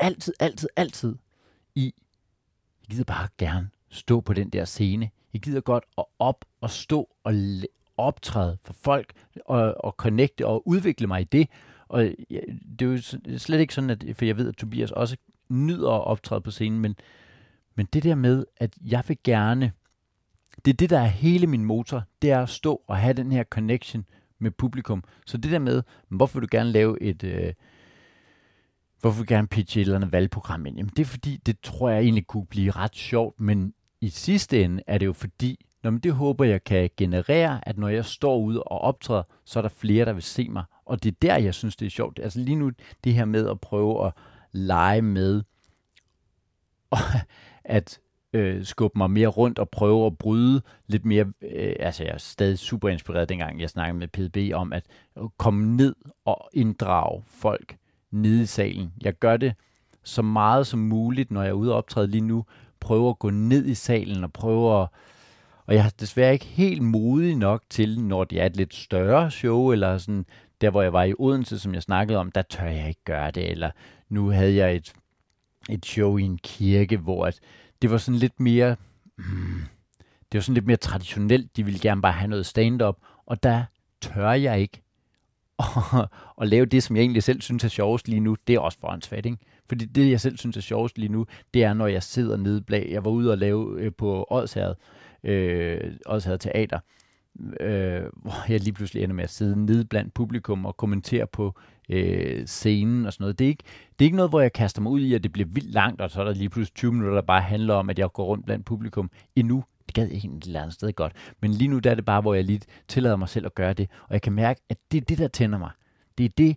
i, jeg gider bare gerne stå på den der scene. Jeg gider godt at op og stå og optræde for folk og connecte og udvikle mig i det. Og det er jo slet ikke sådan, for jeg ved, at Tobias også nyder at optræde på scenen, men det der med, at jeg vil gerne, det er det, der er hele min motor, det er at stå og have den her connection med publikum. Så det der med, hvorfor vil du gerne lave hvorfor vil du gerne pitche et eller andet valgprogram ind? Jamen det er fordi, det tror jeg egentlig kunne blive ret sjovt, men i sidste ende er det jo fordi, det håber jeg kan generere, at når jeg står ude og optræder, så er der flere, der vil se mig. Og det er der, jeg synes, det er sjovt. Altså lige nu, det her med at prøve at lege med, at skubbe mig mere rundt og prøve at bryde lidt mere. Altså jeg er stadig super inspireret, dengang jeg snakkede med PDB om at komme ned og inddrage folk nede i salen. Jeg gør det så meget som muligt, når jeg er ude og optræde lige nu. Prøver at gå ned i salen og prøve at... Og jeg er desværre ikke helt modig nok til, når det er et lidt større show, eller sådan, der hvor jeg var i Odense, som jeg snakkede om, der tør jeg ikke gøre det. Eller nu havde jeg et show i en kirke, hvor det var sådan lidt mere... det var sådan lidt mere traditionelt. De ville gerne bare have noget stand-up, og der tør jeg ikke at lave det, som jeg egentlig selv synes er sjovest lige nu. Det er også åndssvagt, ikke? Fordi det, jeg selv synes er sjovest lige nu, det er, når jeg sidder nede bag. Jeg var ude og lave på Odsherred Teater, hvor jeg lige pludselig ender med at sidde nede blandt publikum og kommentere på scenen og sådan noget. Det er ikke noget, hvor jeg kaster mig ud i, at det bliver vildt langt, og så er der lige pludselig 20 minutter, der bare handler om, at jeg går rundt blandt publikum. Endnu, det gad jeg ikke et eller andet sted godt. Men lige nu der er det bare, hvor jeg lige tillader mig selv at gøre det, og jeg kan mærke, at det er det, der tænder mig. Det er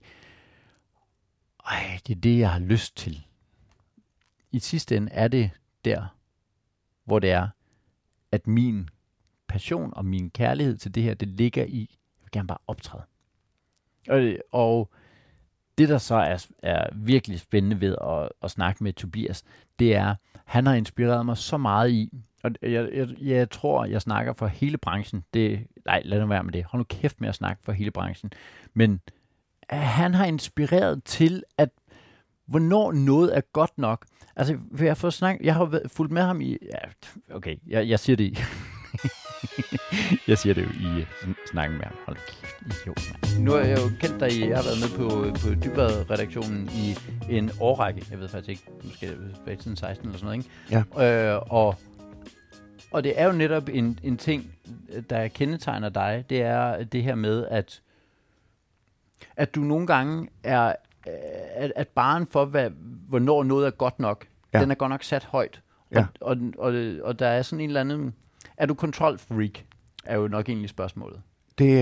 det, jeg har lyst til. I sidste ende er det der, hvor det er, at min passion og min kærlighed til det her, det ligger i, jeg vil gerne bare optræde. Og det, der så er virkelig spændende ved at snakke med Tobias, det er, han har inspireret mig så meget i, og jeg tror, jeg snakker for hele branchen. Nej, lad nu være med det. Hold nu kæft med at snakke for hele branchen. Men han har inspireret til, at hvornår noget er godt nok. Altså, jeg har fulgt med ham i... Ja, okay, jeg siger det i... jeg siger det jo i snakken med ham. Hold kæft, idiot, mand. Nu har jeg jo kendt dig jeg har været med på Dybvad-redaktionen i en årrække. Jeg ved faktisk ikke, måske tilbage til 16 eller sådan noget, ikke? Ja. Og det er jo netop en ting, der kendetegner dig, det er det her med, at du nogle gange er... at barren for, hvornår noget er godt nok, den er godt nok sat højt. Ja. Og der er sådan en eller anden... Er du control freak? Er jo nok egentlig spørgsmålet. Det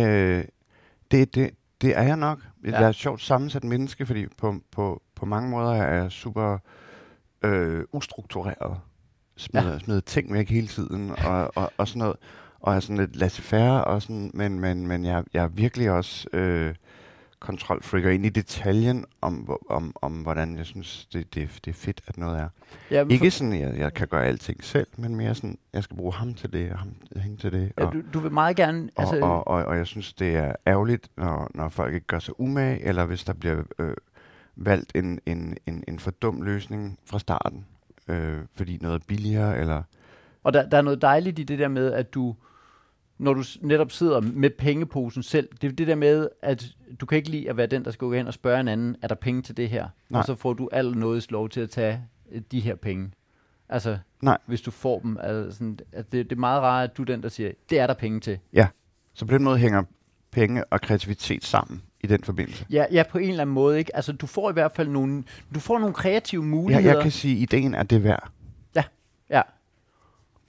er jeg nok. Jeg er et sjovt sammensat menneske, fordi på mange måder er jeg super ustruktureret. Smider ting væk hele tiden, og sådan noget. Og er sådan lidt laissez-faire, og sådan, men jeg er virkelig også kontrolfreaker ind i detaljen om hvordan jeg synes, det er fedt, at noget er. Ja, ikke sådan, jeg kan gøre alting selv, men mere sådan, jeg skal bruge ham til det, og hende til det. Ja, du vil meget gerne... Og jeg synes, det er ærgerligt, når folk ikke gør sig umage, eller hvis der bliver valgt en for dum løsning fra starten, fordi noget er billigere, eller... Og der er noget dejligt i det der med, at du... Når du netop sidder med pengeposen selv, det er det der med, at du kan ikke lide at være den, der skal gå hen og spørge en anden, er der penge til det her? Nej. Og så får du noget lov til at tage de her penge. Altså, hvis du får dem. Altså sådan, at det er meget rart, at du er den, der siger, det er der penge til. Ja, så på den måde hænger penge og kreativitet sammen i den forbindelse. Ja, på en eller anden måde, ikke? Altså, du får i hvert fald nogle kreative muligheder. Ja, jeg kan sige, at ideen er det værd. Ja.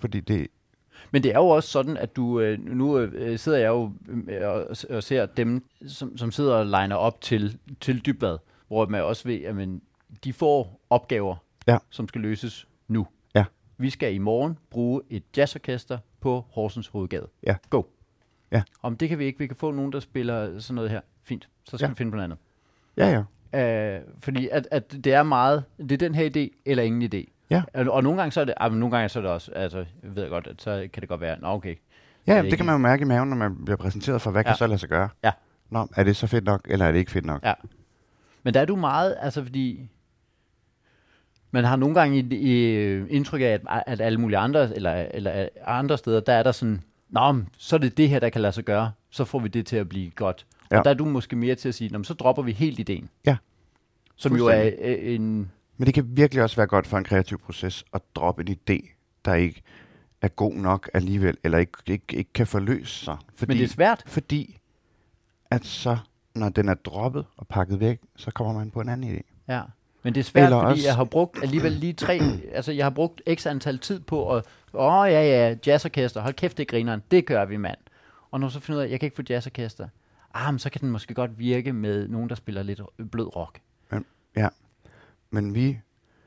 Fordi det... Men det er jo også sådan, at du nu sidder jeg jo og ser dem, som sidder og liner op til Dybvad, hvor man også ved, at de får opgaver, som skal løses nu. Ja. Vi skal i morgen bruge et jazzorkester på Horsens Hovedgade. Ja. Go. Ja. Om det kan vi ikke. Vi kan få nogen, der spiller sådan noget her. Fint. Så skal vi finde på noget andet. Ja. Fordi at det er meget, det er den her idé, eller ingen idé. Ja. Og nogle gange så er det, nogle gange så er det også, altså, jeg ved godt, at så kan det godt være, okay. Ja, det kan man jo mærke i maven, når man bliver præsenteret for, hvad kan så lade sig gøre? Ja. Nå, er det så fedt nok, eller er det ikke fedt nok? Ja. Men der er du meget, altså fordi, man har nogle gange indtryk af, at alle mulige andre, eller andre steder, der er der sådan, så er det her, der kan lade sig gøre, så får vi det til at blive godt. Ja. Og der er du måske mere til at sige, så dropper vi helt ideen. Ja. Som jo er en... Men det kan virkelig også være godt for en kreativ proces at droppe en idé, der ikke er god nok alligevel, eller ikke kan forløse sig. Men det er svært. Fordi at så, når den er droppet og pakket væk, så kommer man på en anden idé. Ja, men det er svært, eller fordi også... jeg har brugt alligevel lige 3, altså jeg har brugt x antal tid på at, jazzorkester, hold kæft, det grineren, det gør vi, mand. Og når så finder ud af, at jeg kan ikke få jazzorkester, men så kan den måske godt virke med nogen, der spiller lidt blød rock. Men vi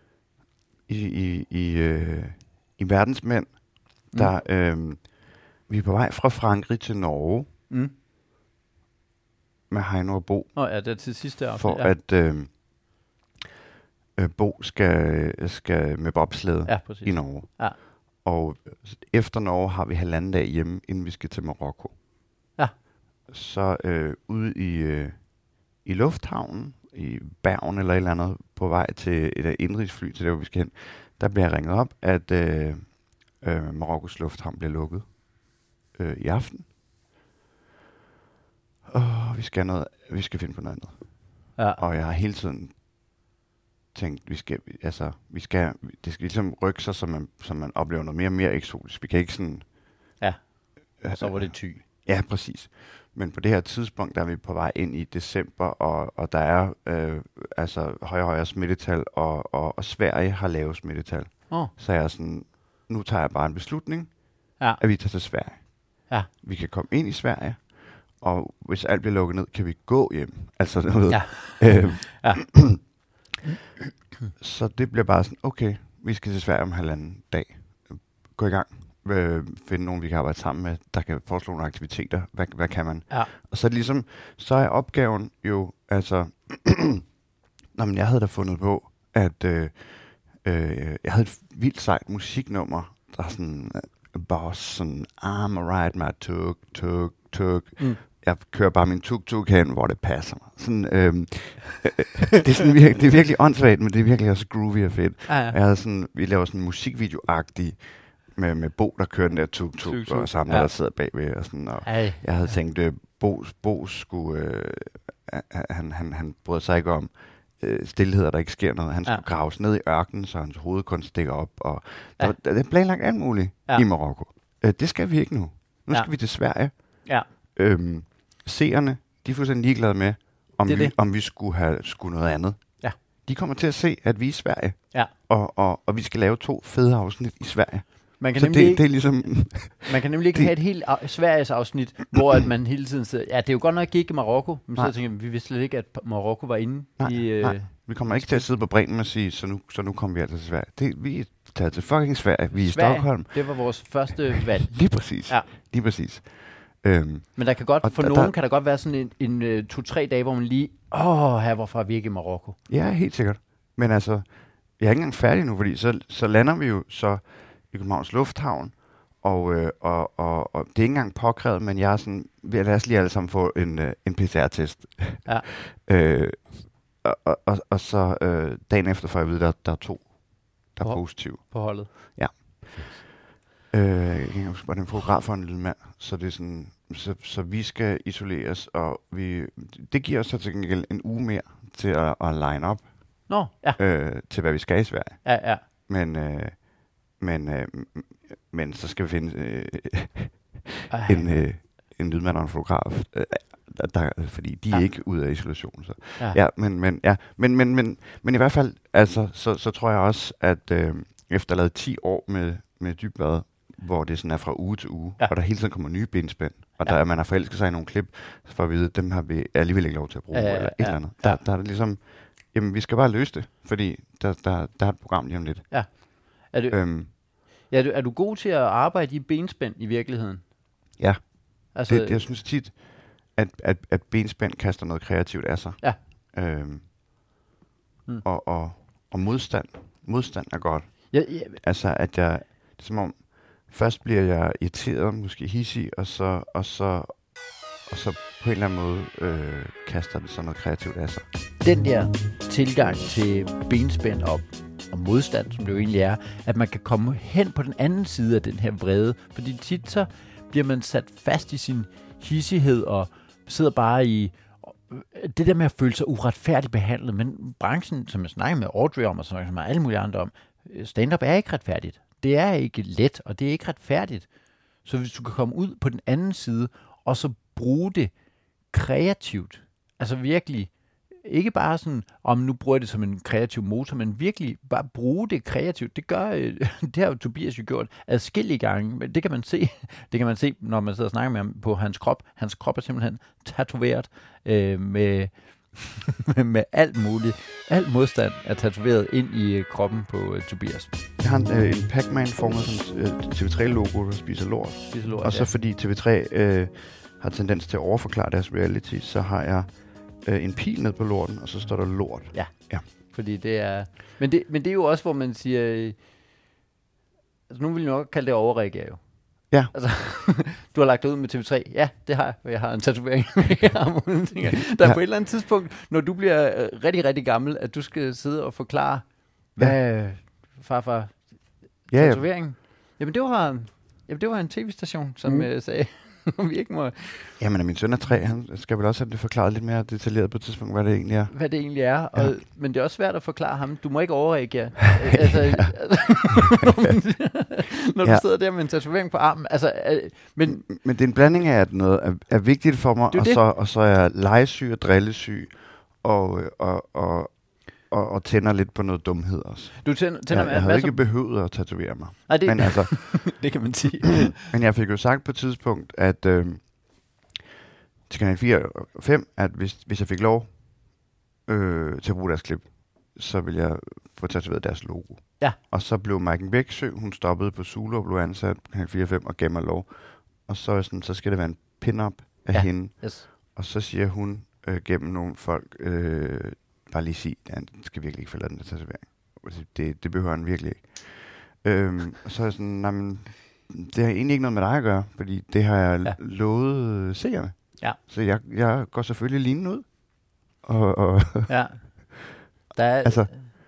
i Verdensmænd, der vi er på vej fra Frankrig til Norge med Heino og Bo. Det er til sidste afsnit. For at Bo skal med bobslæde i Norge. Ja. Og efter Norge har vi 1,5 dag hjemme, inden vi skal til Marokko. Ja. Så ude i lufthavnen, i Bergen eller et eller andet, på vej til et indrigsfly til der, hvor vi skal hen, der bliver ringet op, at Marokkos lufthavn bliver lukket i aften. Og vi skal finde på noget andet. Ja. Og jeg har hele tiden tænkt, det skal ligesom rykke sig, så man oplever noget mere og mere eksotisk. Vi kan ikke sådan... Ja, så var det Thy. Ja, præcis. Men på det her tidspunkt, der er vi på vej ind i december, og der er højere smittetal, og Sverige har lave smittetal. Så jeg er sådan, nu tager jeg bare en beslutning, at vi tager til Sverige. Ja. Vi kan komme ind i Sverige, og hvis alt bliver lukket ned, kan vi gå hjem. Altså, du ved. Ja. Så det bliver bare sådan, okay, vi skal til Sverige om 1,5 dag. Gå i gang. Finde nogen, vi kan arbejde sammen med, der kan foreslå nogle aktiviteter. Hvad kan man? Ja. Og så er det ligesom, så er opgaven jo, altså, jeg havde da fundet på, at jeg havde et vildt sejt musiknummer, der er sådan, boss, sådan, I'm a ride my tuk. Jeg kører bare min tuk hen, hvor det passer mig. Sådan, det er sådan det er virkelig åndssvagt, men det er virkelig også groovy og fedt. Ja. Vi laver sådan musikvideo-agtig, med Bo, der kører den der tuk, og sammen der sidder bagved, og sådan, og jeg havde tænkt, Bo skulle, han brød sig ikke om stillheder, der ikke sker noget. Han skulle graves ned i ørkenen, så hans hoved kun stikker op, og der er planlagt alt muligt i Marokko. Det skal vi ikke nu. Nu skal vi til Sverige. Ja. Seerne, de er fuldstændig ligeglade med, om vi skulle noget andet. Ja. De kommer til at se, at vi er i Sverige, og vi skal lave 2 fede afsnit i Sverige. Man kan så det er ligesom... man kan nemlig ikke have et helt Sveriges afsnit, hvor at man hele tiden siger, det er jo godt nok ikke Marokko, men så tænker vi vidste slet ikke, at Marokko var inde i... Nej. Vi kommer ikke til at sidde på Bremen og sige, så nu kommer vi altså til Sverige. Vi er taget til fucking Sverige. Vi er i Stockholm. Det var vores første valg. Lige præcis. Ja. Lige præcis. Men der kan godt, for nogen kan der godt være sådan en 2-3 dage, hvor man lige, hvorfor er vi ikke i Marokko? Ja, helt sikkert. Men altså, jeg er ikke engang færdig nu, fordi så lander vi jo så i Københavns Lufthavn, og det er ikke engang påkrævet, men jeg er sådan, lad os lige alle sammen få en PCR-test. Ja. Og så dagen efter får jeg vide, der er 2, der er positive. På holdet? Ja. Jeg kan ikke huske, hvordan en fotograf og en lille mand, så det er sådan, så vi skal isoleres, og det giver os så til gengæld en uge mere til at line up til, hvad vi skal i Sverige. Ja, ja. Men så skal vi finde en lydmand og en fotograf, fordi de er ikke ude af isolation. Så. Ja. Men i hvert fald, altså, så tror jeg også, at efter at have lavet 10 år med Dybvad, hvor det sådan er fra uge til uge, Ja. og der hele tiden kommer nye benspænd, og Ja. man har forelsket sig i nogle klip, så for at vide, dem har vi alligevel ikke lov til at bruge, eller et eller andet. Der er det ligesom, jamen vi skal bare løse det, fordi der er et program lige om lidt. Ja. Er du god til at arbejde i benspænd i virkeligheden? Ja. Altså, Jeg synes tit, at benspænd kaster noget kreativt af sig. Ja. Og modstand er godt. Ja. Altså, at jeg, det er som om, først bliver jeg irriteret, måske hissig, og så på en eller anden måde kaster det sådan noget kreativt af sig. Den der tilgang til benspænd og modstand, som det jo egentlig er, at man kan komme hen på den anden side af den her vrede, fordi tit så bliver man sat fast i sin hissighed og sidder bare i det der med at føle sig uretfærdigt behandlet, men branchen, som jeg snakker med Audrey om, og som med alle mulige andre om, stand-up er ikke retfærdigt. Det er ikke let, og det er ikke retfærdigt. Så hvis du kan komme ud på den anden side, og så bruge det kreativt, altså virkelig, ikke bare sådan, om nu bruger jeg det som en kreativ motor, men virkelig bare bruge det kreativt. Det har jo Tobias jo gjort adskillige gange, men det kan man se, når man sidder og snakker med ham på hans krop. Hans krop er simpelthen tatoveret med alt muligt. Al modstand er tatoveret ind i kroppen på Tobias. Jeg har en Pac-Man formet som TV3-logo, der spiser lort. Og så fordi TV3 har tendens til at overforklare deres reality, så har jeg en pil ned på lorten, og så står der lort. Ja. Fordi det er... Men det er jo også, hvor man siger... Altså, nu vil jeg nok kalde det overreagere jo. Ja. Altså, du har lagt det ud med TV3. Ja, det har jeg. Jeg har en tatovering med armen. Der er på et eller andet tidspunkt, når du bliver rigtig, rigtig gammel, at du skal sidde og forklare, hvad farfar tatoveringen. Jamen, det var en tv-station, som sagde... vi ikke må... Jamen, min søn er 3, han skal vel også have det forklaret lidt mere detaljeret på et tidspunkt, hvad det egentlig er. Hvad det egentlig er, og, men det er også svært at forklare ham. Du må ikke overreagere. Når du sidder der med en tatovering på armen. Altså, men det er en blanding af, at noget er vigtigt for mig, og så er jeg legesyg og drillesyg, og tænder lidt på noget dumhed også. Du tænder jeg havde ikke behøvet at tatovere mig. Nej, men altså, det kan man sige. Men jeg fik jo sagt på et tidspunkt, at til kanal 4 og 5, at hvis jeg fik lov til at bruge deres klip, så ville jeg få tatoveret deres logo. Ja. Og så blev Maiken Bæksø, hun stoppede på Zulu og blev ansat på kanal 4 og 5 og gav mig lov. Og så skal det være en pin-up af hende. Yes. Og så siger hun gennem nogle folk... bare lige sige, at han skal virkelig ikke forlade den der tatovering. Det behøver han virkelig ikke. Og så er jeg sådan, det har egentlig ikke noget med dig at gøre, fordi det har jeg lovet seerne. Ja. Så jeg går selvfølgelig lignende ud. Ja. Der er, altså.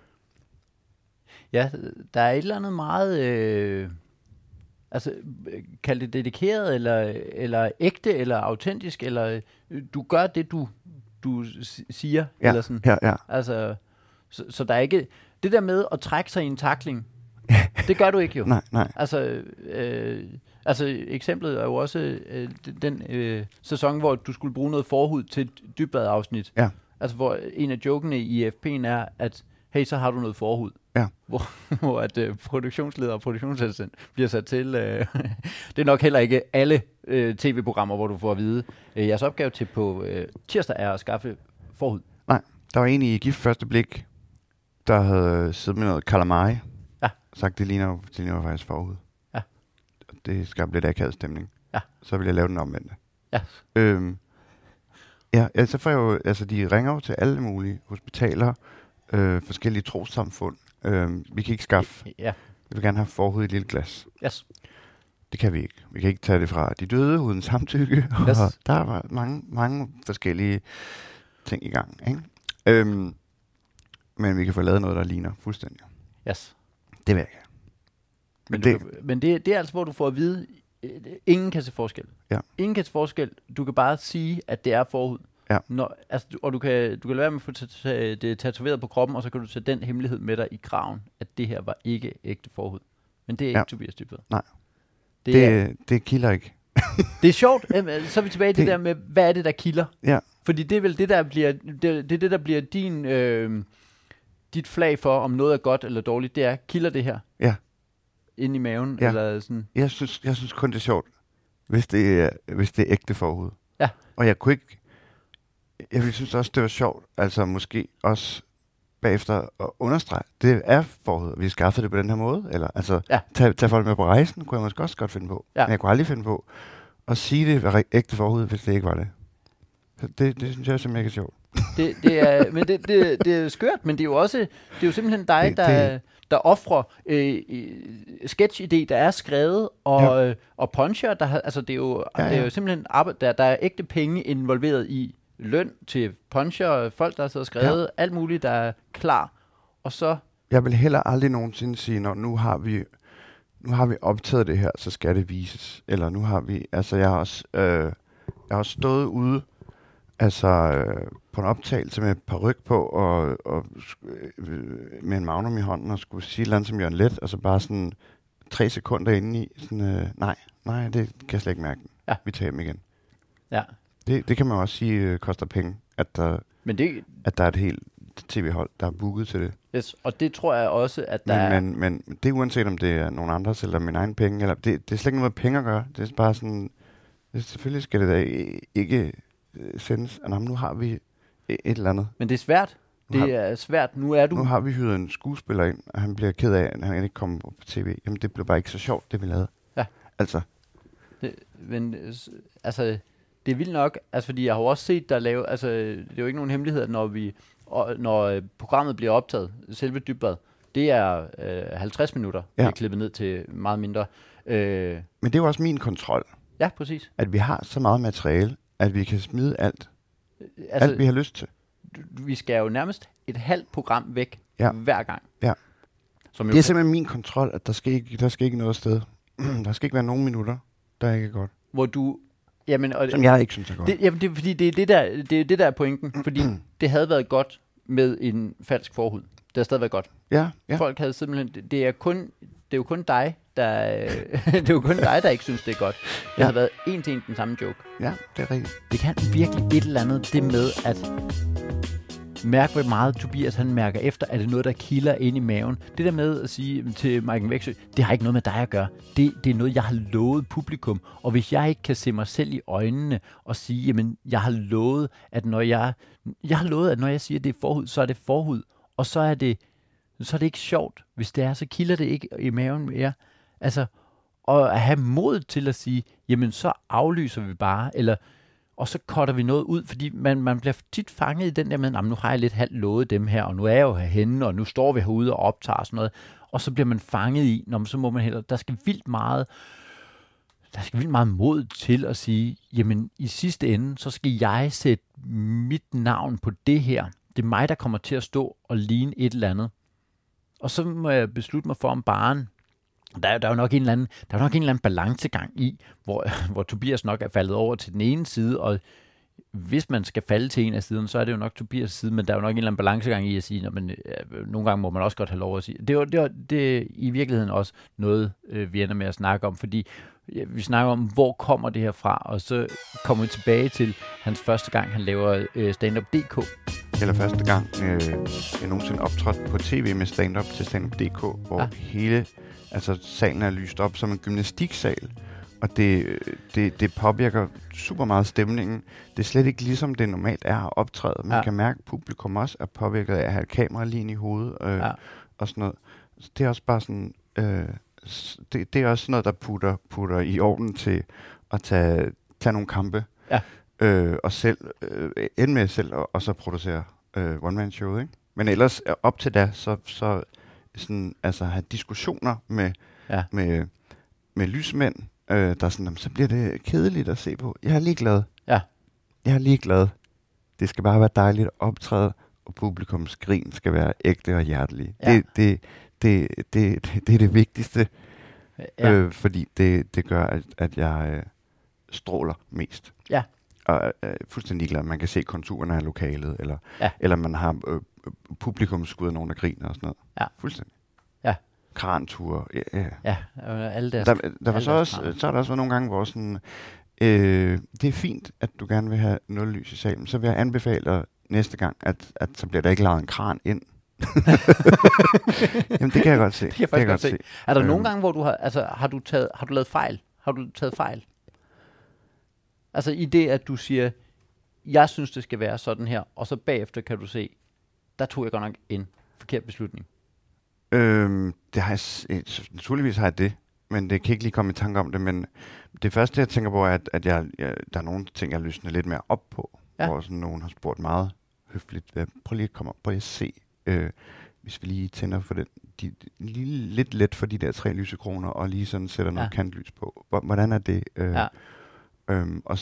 Ja, der er et eller andet meget, kald det dedikeret, eller ægte, eller autentisk, eller du gør det, du siger, eller sådan. Ja. Altså, så der er ikke... Det der med at trække sig i en tackling, det gør du ikke jo. Nej. Altså, eksemplet er jo også den sæson, hvor du skulle bruge noget forhud til et Dybbad-afsnit. Ja. Altså, hvor en af jokene i FP'en er, at hey, så har du noget forhud. Ja. Hvor at produktionsleder og produktionsassistent bliver sat til... det er nok heller ikke alle tv-programmer, hvor du får at vide, jeres opgave til på tirsdag er at skaffe forhud. Nej, der var en i Gift Første Blik, der havde siddet med noget calamari. Ja. Sagt, det ligner faktisk forhud. Ja. Det skabte lidt akavet stemning. Ja. Så ville jeg lave den omvendte. Ja. Så får jeg jo... Altså, de ringer jo til alle mulige hospitaler, forskellige trossamfund. Vi kan ikke skaffe... Ja. Vi vil gerne have forhud i et lille glas. Yes. Det kan vi ikke. Vi kan ikke tage det fra de døde uden samtykke. Yes. Og der var mange forskellige ting i gang. Ikke? Men vi kan få lavet noget, der ligner fuldstændig. Yes. Det vil jeg gerne. Men det er altså, hvor du får at vide, ingen kan se forskel. Ja. Ingen kan se forskel. Du kan bare sige, at det er forhud. Ja. Og du kan lade være med at få det tatoveret på kroppen, og så kan du tage den hemmelighed med dig i graven, at det her var ikke ægte forhud. Men det er ikke Tobias Dybbad. Nej. Det kilder ikke. Det er sjovt. Så er vi tilbage i det der med, hvad er det, der kilder? Ja. Fordi det er vel det, der bliver, det der bliver dit flag for, om noget er godt eller dårligt. Det er, kilder det her? Ja. inde i maven? Ja. Eller sådan? Jeg synes kun, det er sjovt, hvis det er ægte forhud. Ja. Og jeg kunne ikke... Jeg synes også, det var sjovt, altså måske også bagefter at understrege, det er forhud, vi skaffede det på den her måde, eller altså tage folk med på rejsen, kunne jeg måske også godt finde på. Ja. Men jeg kunne aldrig finde på at sige det var ægte forhud, hvis det ikke var det. Så det synes jeg er simpelthen ikke sjovt. Det er skørt, men det er jo også, det er jo simpelthen dig, der offrer sketch-idé, der er skrevet, og puncher, altså det er jo, det er jo simpelthen der er ægte penge involveret i løn til puncher, folk, der har siddet og skrevet, alt muligt, der er klar, og så... Jeg vil heller aldrig nogensinde sige, når nu har vi optaget det her, så skal det vises. Eller nu har vi, altså jeg har også stået ude, altså på en optagelse med et par ryg på, og med en magnum i hånden, og skulle sige et eller andet som Jørgen Leth, og så bare sådan 3 sekunder inde i, sådan, nej, det kan jeg slet ikke mærke. Ja. Vi tager dem igen. Ja. Det kan man også sige koster penge, at der er et helt tv-hold, der er booket til det. Yes, og det tror jeg også, at der men det er uanset om det er nogen andres eller mine egne penge, eller det er slet ikke noget med penge at gøre. Det er bare sådan, selvfølgelig skal det da ikke sendes, og nu har vi et eller andet. Men det er svært. Det er svært. Nu har vi hyret en skuespiller ind, og han bliver ked af, at han ikke kommer på tv. Jamen, det blev bare ikke så sjovt, det vi lavede. Ja. Altså. Det er vildt nok, altså fordi jeg har jo også set der lave, altså det er jo ikke nogen hemmelighed, når programmet bliver optaget, selve Dybbad, det er 50 minutter, det er klippet ned til meget mindre. Men det er jo også min kontrol. Ja, præcis. At vi har så meget materiale, at vi kan smide alt. Altså, alt vi har lyst til. Vi skal jo nærmest et halvt program væk hver gang. Ja. Det er simpelthen min kontrol, at der skal ikke noget sted. Der skal ikke være nogen minutter, der ikke er godt. Hvor du... Jamen, som jeg ikke synes er godt. Det er fordi, det er det der er pointen. Fordi det havde været godt med en falsk forhud. Det har stadig været godt. Ja. Folk havde simpelthen... Det er jo kun dig, der ikke synes, det er godt. Det har været en til en den samme joke. Ja, det er rigtigt. Det kan virkelig et eller andet, det med at mærke, hvor meget Tobias han mærker efter. Er det noget, der kilder ind i maven? Det der med at sige til Maiken Wexø, det har ikke noget med dig at gøre. Det er noget, jeg har lovet publikum. Og hvis jeg ikke kan se mig selv i øjnene og sige, jamen, jeg har lovet, at når jeg siger, at det er forhud, så er det forhud. Og så er det ikke sjovt. Hvis det er, så kilder det ikke i maven mere. Altså, og at have mod til at sige, jamen, så aflyser vi bare, eller... Og så cutter vi noget ud, fordi man bliver tit fanget i den der med, nu har jeg lidt halvt lovet dem her, og nu er jeg jo herhenne, og nu står vi herude og optager og sådan noget. Og så bliver man fanget i, så må man heller, der skal vildt meget mod til at sige, jamen i sidste ende, så skal jeg sætte mit navn på det her. Det er mig, der kommer til at stå og ligne et eller andet. Og så må jeg beslutte mig for, om baren, der er jo nok en eller anden balancegang i, hvor Tobias nok er faldet over til den ene side, og hvis man skal falde til en af siderne, så er det jo nok Tobias' side, men der er jo nok en eller anden balancegang i at sige, nogle gange må man også godt have lov at sige. Det er i virkeligheden også noget, vi ender med at snakke om, fordi vi snakker om, hvor kommer det her fra, og så kommer vi tilbage til hans første gang, han laver stand-up.dk. Eller første gang, jeg nogensinde optrådte på tv med stand-up til stand-up.dk, hvor hele salen er lyst op som en gymnastiksal, og det påvirker super meget stemningen. Det er slet ikke ligesom det normalt er at optræde. Man kan mærke, at publikum også er påvirket af at have et kamera lige ind i hovedet og sådan noget. Så det er også bare sådan, det er også noget, der putter i ovnen til at tage nogle kampe. Ja. Og selv ende med selv og så producere one-man-show, ikke? Men ellers op til da, så sådan, have diskussioner med lysmænd, der sådan, så bliver det kedeligt at se på. Jeg er ligeglad. Ja. Jeg er ligeglad. Det skal bare være dejligt at optræde, og publikums grin skal være ægte og hjertelig. Ja. Det er det vigtigste, fordi det gør, at jeg stråler mest. Ja. Og fuldstændig glad. Man kan se konturerne af lokalet, eller man har publikumsskud af nogen, der griner og sådan noget. Ja. Fuldstændig. Ja. Kranture. Ja, alle deres. Der var så har der også været nogle gange, hvor sådan, det er fint, at du gerne vil have nul lys i salen, så vil jeg anbefale dig næste gang, at så bliver der ikke lavet en kran ind, Jamen, det kan jeg godt se. Det kan jeg godt se. Er der nogle gange, hvor du har du lavet fejl? Har du taget fejl? Altså i det, at du siger, jeg synes, det skal være sådan her, og så bagefter kan du se, der tog jeg godt nok en forkert beslutning. Det har jeg, naturligvis har jeg det, men det kan ikke lige komme i tanke om det, men det første, jeg tænker på, er, at der er nogle ting, jeg lysner lidt mere op på, hvor sådan nogen har spurgt meget høfligt, prøv lige at komme op, prøv lige at se, hvis vi lige tænder for lige lidt let for de der 3 lysekroner, og lige sådan sætter noget kantlys på. Hvordan er det? Og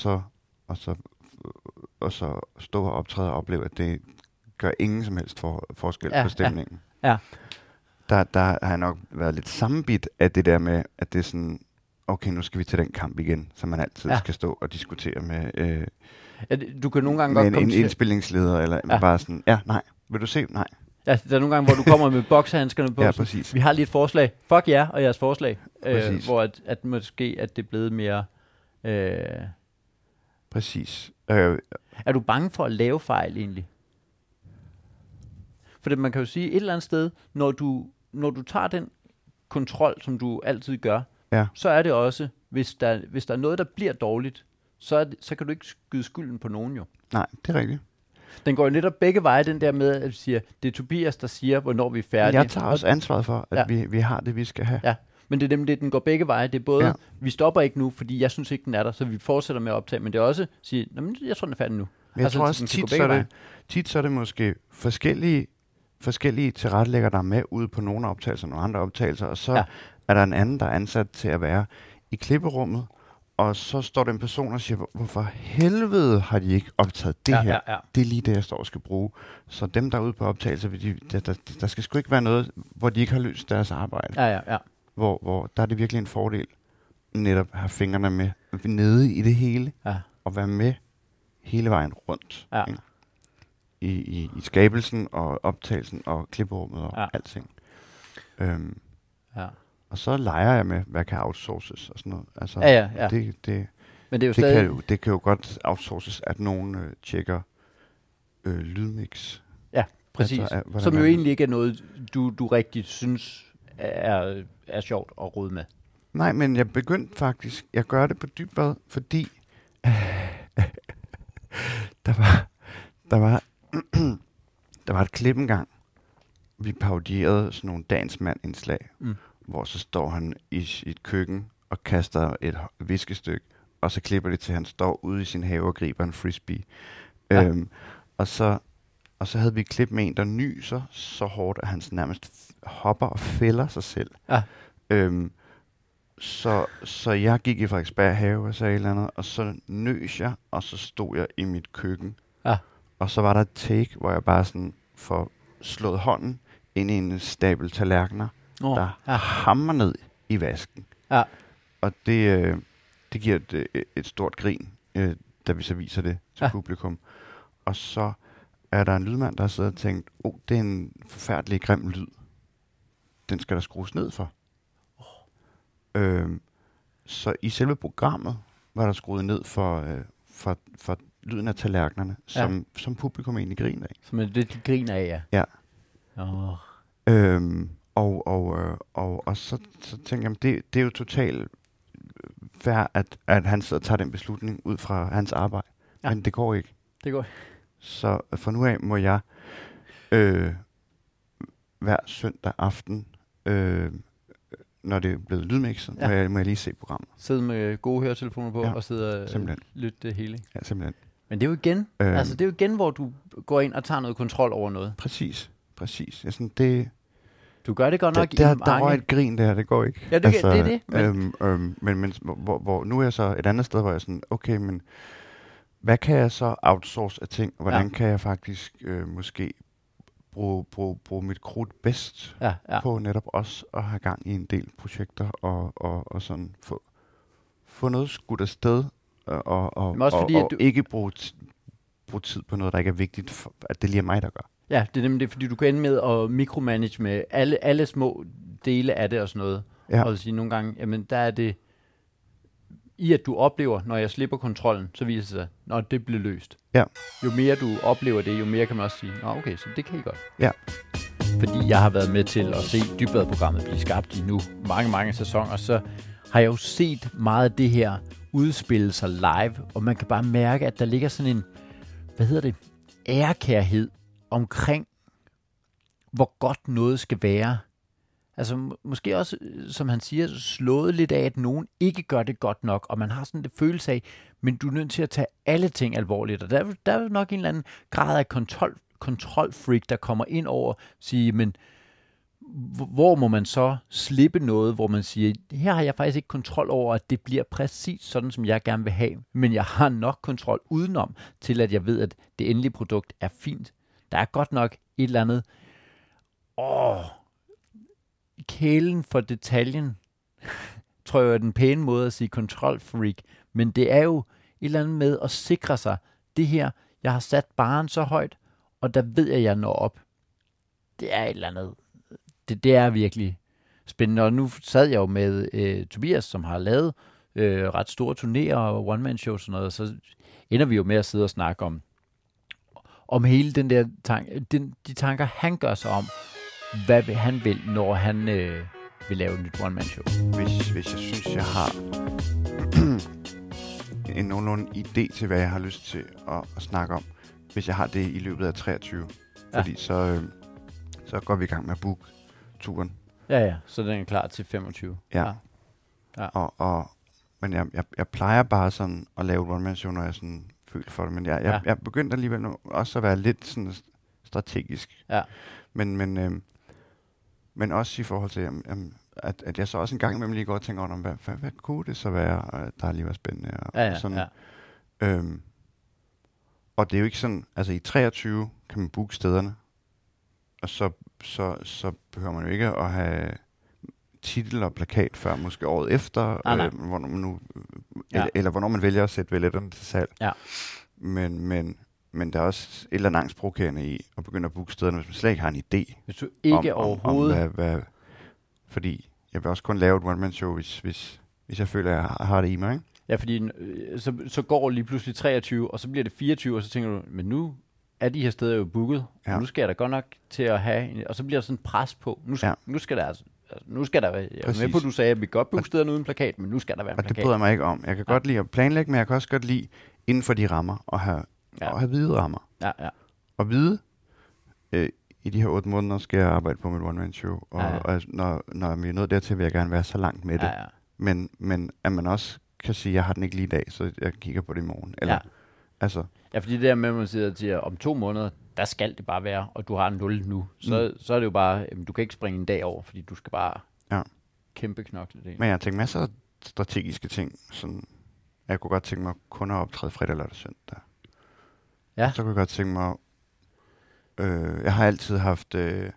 så stå og optræde og opleve, at det gør ingen som helst forskel på stemningen. Ja. Der har jeg nok været lidt sammenbit af det der med, at det er sådan, okay, nu skal vi til den kamp igen, som man altid skal stå og diskutere med, du kan nogle gange godt komme en indspillingsleder, eller bare sådan, nej, vil du se? Nej. Ja, der er nogle gange, hvor du kommer med boksehandskerne på. Ja, præcis. Vi har lige et forslag. Fuck jer og jeres forslag. Hvor at måske at det er blevet mere... Præcis. Er du bange for at lave fejl egentlig? For man kan jo sige et eller andet sted, når du tager den kontrol, som du altid gør, så er det også, hvis der er noget, der bliver dårligt, så kan du ikke skyde skylden på nogen jo. Nej, det er rigtigt. Den går jo netop begge veje, den der med, at vi siger, det er Tobias, der siger, hvornår vi er færdige. Jeg tager også ansvaret for, at vi har det, vi skal have. Ja, men det er nemlig det, den går begge veje. Det er både, vi stopper ikke nu, fordi jeg synes ikke, den er der, så vi fortsætter med at optage, men det er også at sige, jeg tror, den er færdig nu. Men jeg tror også, tit så er det måske forskellige tilrettelæggere, der er med ude på nogle optagelser, nogle andre optagelser, og så er der en anden, der er ansat til at være i klipperummet, og så står der en person og siger, hvorfor helvede har de ikke optaget det her? Ja. Det er lige det, jeg står og skal bruge. Så dem, der er ude på optagelser, der skal sgu ikke være noget, hvor de ikke har løst deres arbejde. Ja. Hvor der er det virkelig en fordel netop at have fingrene med nede i det hele, og være med hele vejen rundt. Ja. I skabelsen og optagelsen og klipperummet og alting. Og så leger jeg med, hvad kan outsources og sådan noget. Altså, men det er jo stadig... det kan jo godt outsources, at nogen tjekker lydmix. Ja, præcis. Altså, som jo egentlig ikke er noget, du rigtig synes er sjovt at rode med. Nej, men jeg begyndte faktisk, jeg gør det på Dybbad, fordi der var et klip engang. Vi parodierede sådan nogle dansmand-indslag, hvor så står han i et køkken og kaster et viskestykke, og så klipper det til, at han står ude i sin have og griber en frisbee. Ja. Og så havde vi et klip med en, der nyser så hårdt, at han nærmest hopper og fælder sig selv. Ja. Så jeg gik i Frederiksberg have og sagde et eller andet, og så nøs jeg, og så stod jeg i mit køkken. Ja. Og så var der et take, hvor jeg bare sådan får slået hånden ind i en stabel tallerkener, der hammer ned i vasken. Ja. Og det giver et stort grin, da vi så viser det til publikum. Og så er der en lydmand, der sidder og tænkt, det er en forfærdelig grim lyd. Den skal der skrues ned for. Så i selve programmet var der skruet ned for lyden af tallerkenerne, som publikum egentlig griner af. Som er det, de griner af, ja. Og så tænker jeg, det er jo totalt fair, at han sidder og tager den beslutning ud fra hans arbejde. Ja. Men det går ikke. Det går ikke. Så fra nu af må jeg hver søndag aften, når det er blevet lydmixet, må jeg lige se programmet. Sidde med gode høretelefoner på og sidde og lytte det hele. Ja, simpelthen. Men det er jo igen, det er jo igen, hvor du går ind og tager noget kontrol over noget. Præcis. Jeg sådan, det... Du gør det godt nok der var et grin der, det går ikke. Ja, det er det. Men hvor nu er jeg så et andet sted, hvor jeg sådan, okay, men hvad kan jeg så outsource af ting? Hvordan kan jeg faktisk måske bruge mit krudt bedst på netop også at have gang i en del projekter og sådan få noget skudt afsted og ikke bruge tid på noget, der ikke er vigtigt, for, at det lige er mig, der gør. Ja, det er nemlig det, fordi du kan ende med at mikromanage med alle små dele af det og sådan noget. Ja. Og sige nogle gange, jamen der er det, i at du oplever, når jeg slipper kontrollen, så viser det sig, når det bliver løst. Ja. Jo mere du oplever det, jo mere kan man også sige, okay, så det kan I godt. Ja. fordi jeg har været med til at se Dybvad-programmet blive skabt i nu mange sæsoner, så har jeg jo set meget af det her udspille sig live, og man kan bare mærke, at der ligger sådan en, ærekærhed omkring, hvor godt noget skal være. Altså måske også, som han siger, slået lidt af, at nogen ikke gør det godt nok, og man har sådan det følelse af, men du er nødt til at tage alle ting alvorligt, og der er nok en eller anden grad af kontrolfreak, der kommer ind over og siger, men hvor må man så slippe noget, hvor man siger, her har jeg faktisk ikke kontrol over, at det bliver præcis sådan, som jeg gerne vil have, men jeg har nok kontrol udenom, til at jeg ved, at det endelige produkt er fint. Der er godt nok et eller andet, kælen for detaljen, tror jeg er den pæne måde at sige kontrolfreak, men det er jo et eller andet med at sikre sig, det her, jeg har sat barren så højt, og der ved jeg når op. Det er et eller andet. Det er virkelig spændende, og nu sad jeg jo med Tobias, som har lavet ret store turnéer og one-man-shows og sådan noget, og så ender vi jo med at sidde og snakke om hele den der de tanker, han gør sig om, hvad han vil, når han vil lave et nyt one-man-show. Hvis jeg synes, jeg har en nogenlunde idé til, hvad jeg har lyst til at snakke om, hvis jeg har det i løbet af 23, fordi så går vi i gang med at booke turen. Ja, så den er klar til 25. Ja. Men jeg plejer bare sådan at lave et one-man-show, når jeg sådan føler for det, men jeg begyndte alligevel nu også at være lidt sådan strategisk. Ja. Men også i forhold til, at jeg så også en gang imellem lige går og tænker om, hvad kunne det så være, der lige var spændende. Og sådan. Og det er jo ikke sådan, altså i 23 kan man booke stederne, og så behøver man jo ikke at have titel og plakat før måske året efter, hvornår man nu, eller hvornår man vælger at sætte billetterne til salg. Ja. Men der er også et eller andet angstprovokerende i at begynde at booke stederne, hvis man slet ikke har en idé. Hvis du ikke overhovedet... Om hvad, fordi jeg vil også kun lave et one-man-show, hvis jeg føler, at jeg har det i mig, ikke? Ja, fordi så går lige pludselig 23, og så bliver det 24, og så tænker du, men nu er de her steder jo booket, og nu skal jeg da godt nok til at have... Og så bliver der sådan en pres på. Nu skal der altså... Nu skal der være... Jeg er med på, at du sagde, at vi godt booke stederne uden plakat, men nu skal der være en plakat. Og det bryder mig ikke om. Jeg kan godt lide at planlægge, men jeg kan også godt lide inden for de rammer at have hvide rammer. Ja. Og vide, i de her 8 måneder skal jeg arbejde på mit one-man-show, og når vi er nået dertil, vil jeg gerne være så langt med det. Men at man også kan sige, at jeg har den ikke lige i dag, så jeg kigger på det i morgen. Eller, altså. Ja, fordi det der med, at man siger til om 2 måneder, der skal det bare være, og du har en 0 nu. Så er det jo bare, du kan ikke springe en dag over, fordi du skal bare kæmpe knokle det. Men jeg har tænkt masser af strategiske ting, sådan, jeg kunne godt tænke mig kun at optræde fredag, lørdag, søndag. Ja. Så kunne jeg godt tænke mig, jeg har altid haft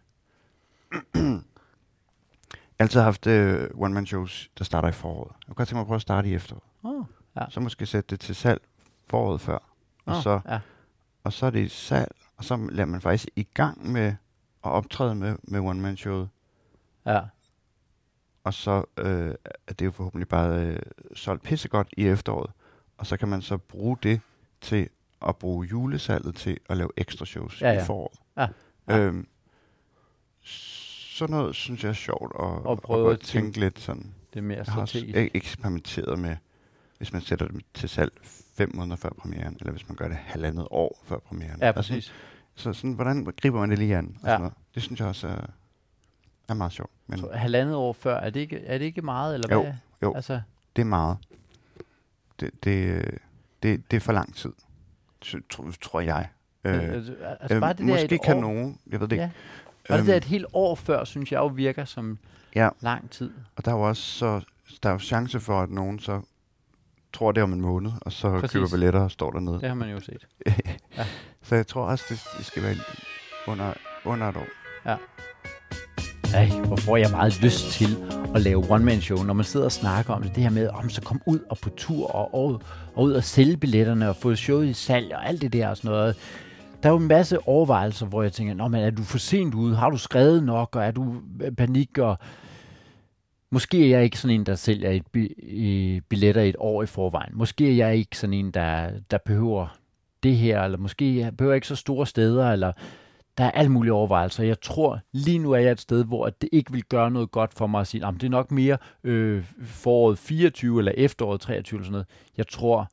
one-man-shows, der starter i foråret. Jeg kunne godt tænke mig at prøve at starte i efteråret. Så måske sætte det til salg foråret før. Og så er det i salg, og så lader man faktisk i gang med at optræde med one-man-showet. Ja. Og så er det jo forhåbentlig bare solgt pissegodt i efteråret. Og så kan man så bruge det til at bruge julesalget til at lave ekstra shows i foråret. Ja. Sådan noget synes jeg er sjovt at prøve at tænke lidt sådan. Det er mere strategisk. Jeg har eksperimenteret med, hvis man sætter det til salg 5 måneder før premieren, eller hvis man gør det 1,5 år før premieren. Ja, præcis. Så sådan, hvordan griber man det lige an? Og sådan noget. Det synes jeg også er meget sjovt. Men så 1,5 år før, er det ikke meget, eller hvad? Jo, altså, det er meget. Det er for lang tid, tror jeg. Altså bare det måske der kan nogen, jeg ved det ikke. Bare det der et helt år før, synes jeg jo virker som lang tid. Og der er jo også der er jo chance for, at nogen så tror det om en måned, og så køber billetter og står dernede. Det har man jo set. Så jeg tror også, det skal være under et år. Ja. Hvor får jeg meget lyst til at lave one-man-show, når man sidder og snakker om det her med, så kom ud og på tur og ud og sælge billetterne og få showet i salg og alt det der og sådan noget. Der er jo en masse overvejelser, hvor jeg tænker, men er du for sent ude? Har du skrevet nok? Og er du panik? Og måske er jeg ikke sådan en, der sælger billetter et år i forvejen. Måske er jeg ikke sådan en, der behøver det her, eller måske behøver jeg ikke så store steder, eller Der er alle mulige overvejelser. Jeg tror, lige nu er jeg et sted, hvor det ikke vil gøre noget godt for mig at sige, det er nok mere foråret 24 eller efteråret 23 eller sådan noget. Jeg tror,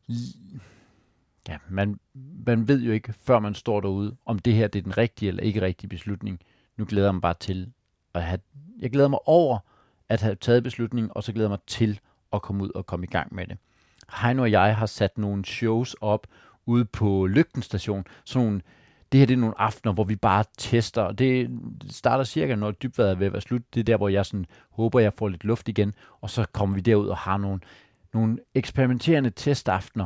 man ved jo ikke, før man står derude, om det her det er den rigtige eller ikke rigtige beslutning. Nu glæder jeg mig bare til jeg glæder mig over at have taget beslutningen, og så glæder jeg mig til at komme ud og komme i gang med det. Heino og jeg har sat nogle shows op ude på Lygten Station. Det her det er nogle aftener, hvor vi bare tester, og det starter cirka, når dybværet er ved at være slut. Det er der, hvor jeg sådan håber, jeg får lidt luft igen, og så kommer vi derud og har nogle eksperimenterende testaftener,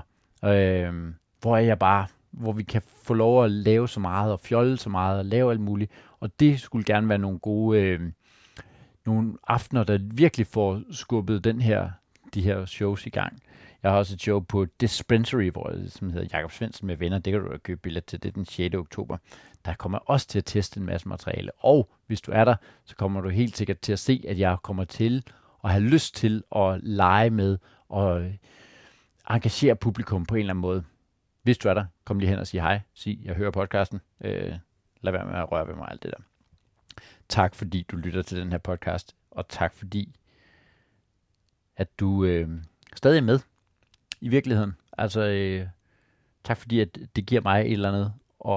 hvor vi kan få lov at lave så meget, og fjolle så meget, og lave alt muligt. Og det skulle gerne være nogle gode nogle aftener, der virkelig får skubbet de her shows i gang. Jeg har også et show på Dispensary, som hedder Jakob Svendsen med venner. Det kan du købe billet til. Det er den 6. oktober. Der kommer jeg også til at teste en masse materiale. Og hvis du er der, så kommer du helt sikkert til at se, at jeg kommer til at have lyst til at lege med og engagere publikum på en eller anden måde. Hvis du er der, kom lige hen og sig hej. Sig, jeg hører podcasten. Lad være med at røre ved mig alt det der. Tak fordi du lytter til den her podcast. Og tak fordi, at du stadig er med i virkeligheden. Altså, tak fordi, at det giver mig et eller andet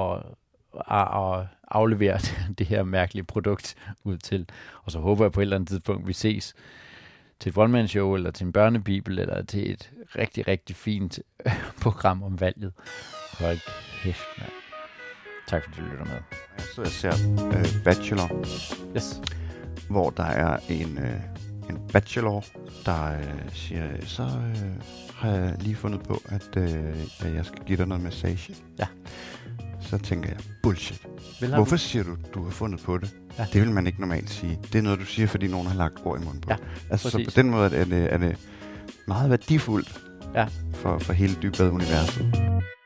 at aflevere det her mærkelige produkt ud til. Og så håber jeg på et eller andet tidspunkt, vi ses til et one-man-show, eller til en børnebibel, eller til et rigtig, rigtig fint program om valget. Hold kæft, mand. Tak fordi du lytter med. Jeg ser Bachelor, yes. Hvor der er en bachelor, der siger, så har jeg lige fundet på, at jeg skal give dig noget massage. Ja. Så tænker jeg, bullshit. Hvorfor siger du har fundet på det? Ja. Det vil man ikke normalt sige. Det er noget, du siger, fordi nogen har lagt ord i munden på. Ja, altså, så på den måde er det meget værdifuldt for hele Dybvad-universet.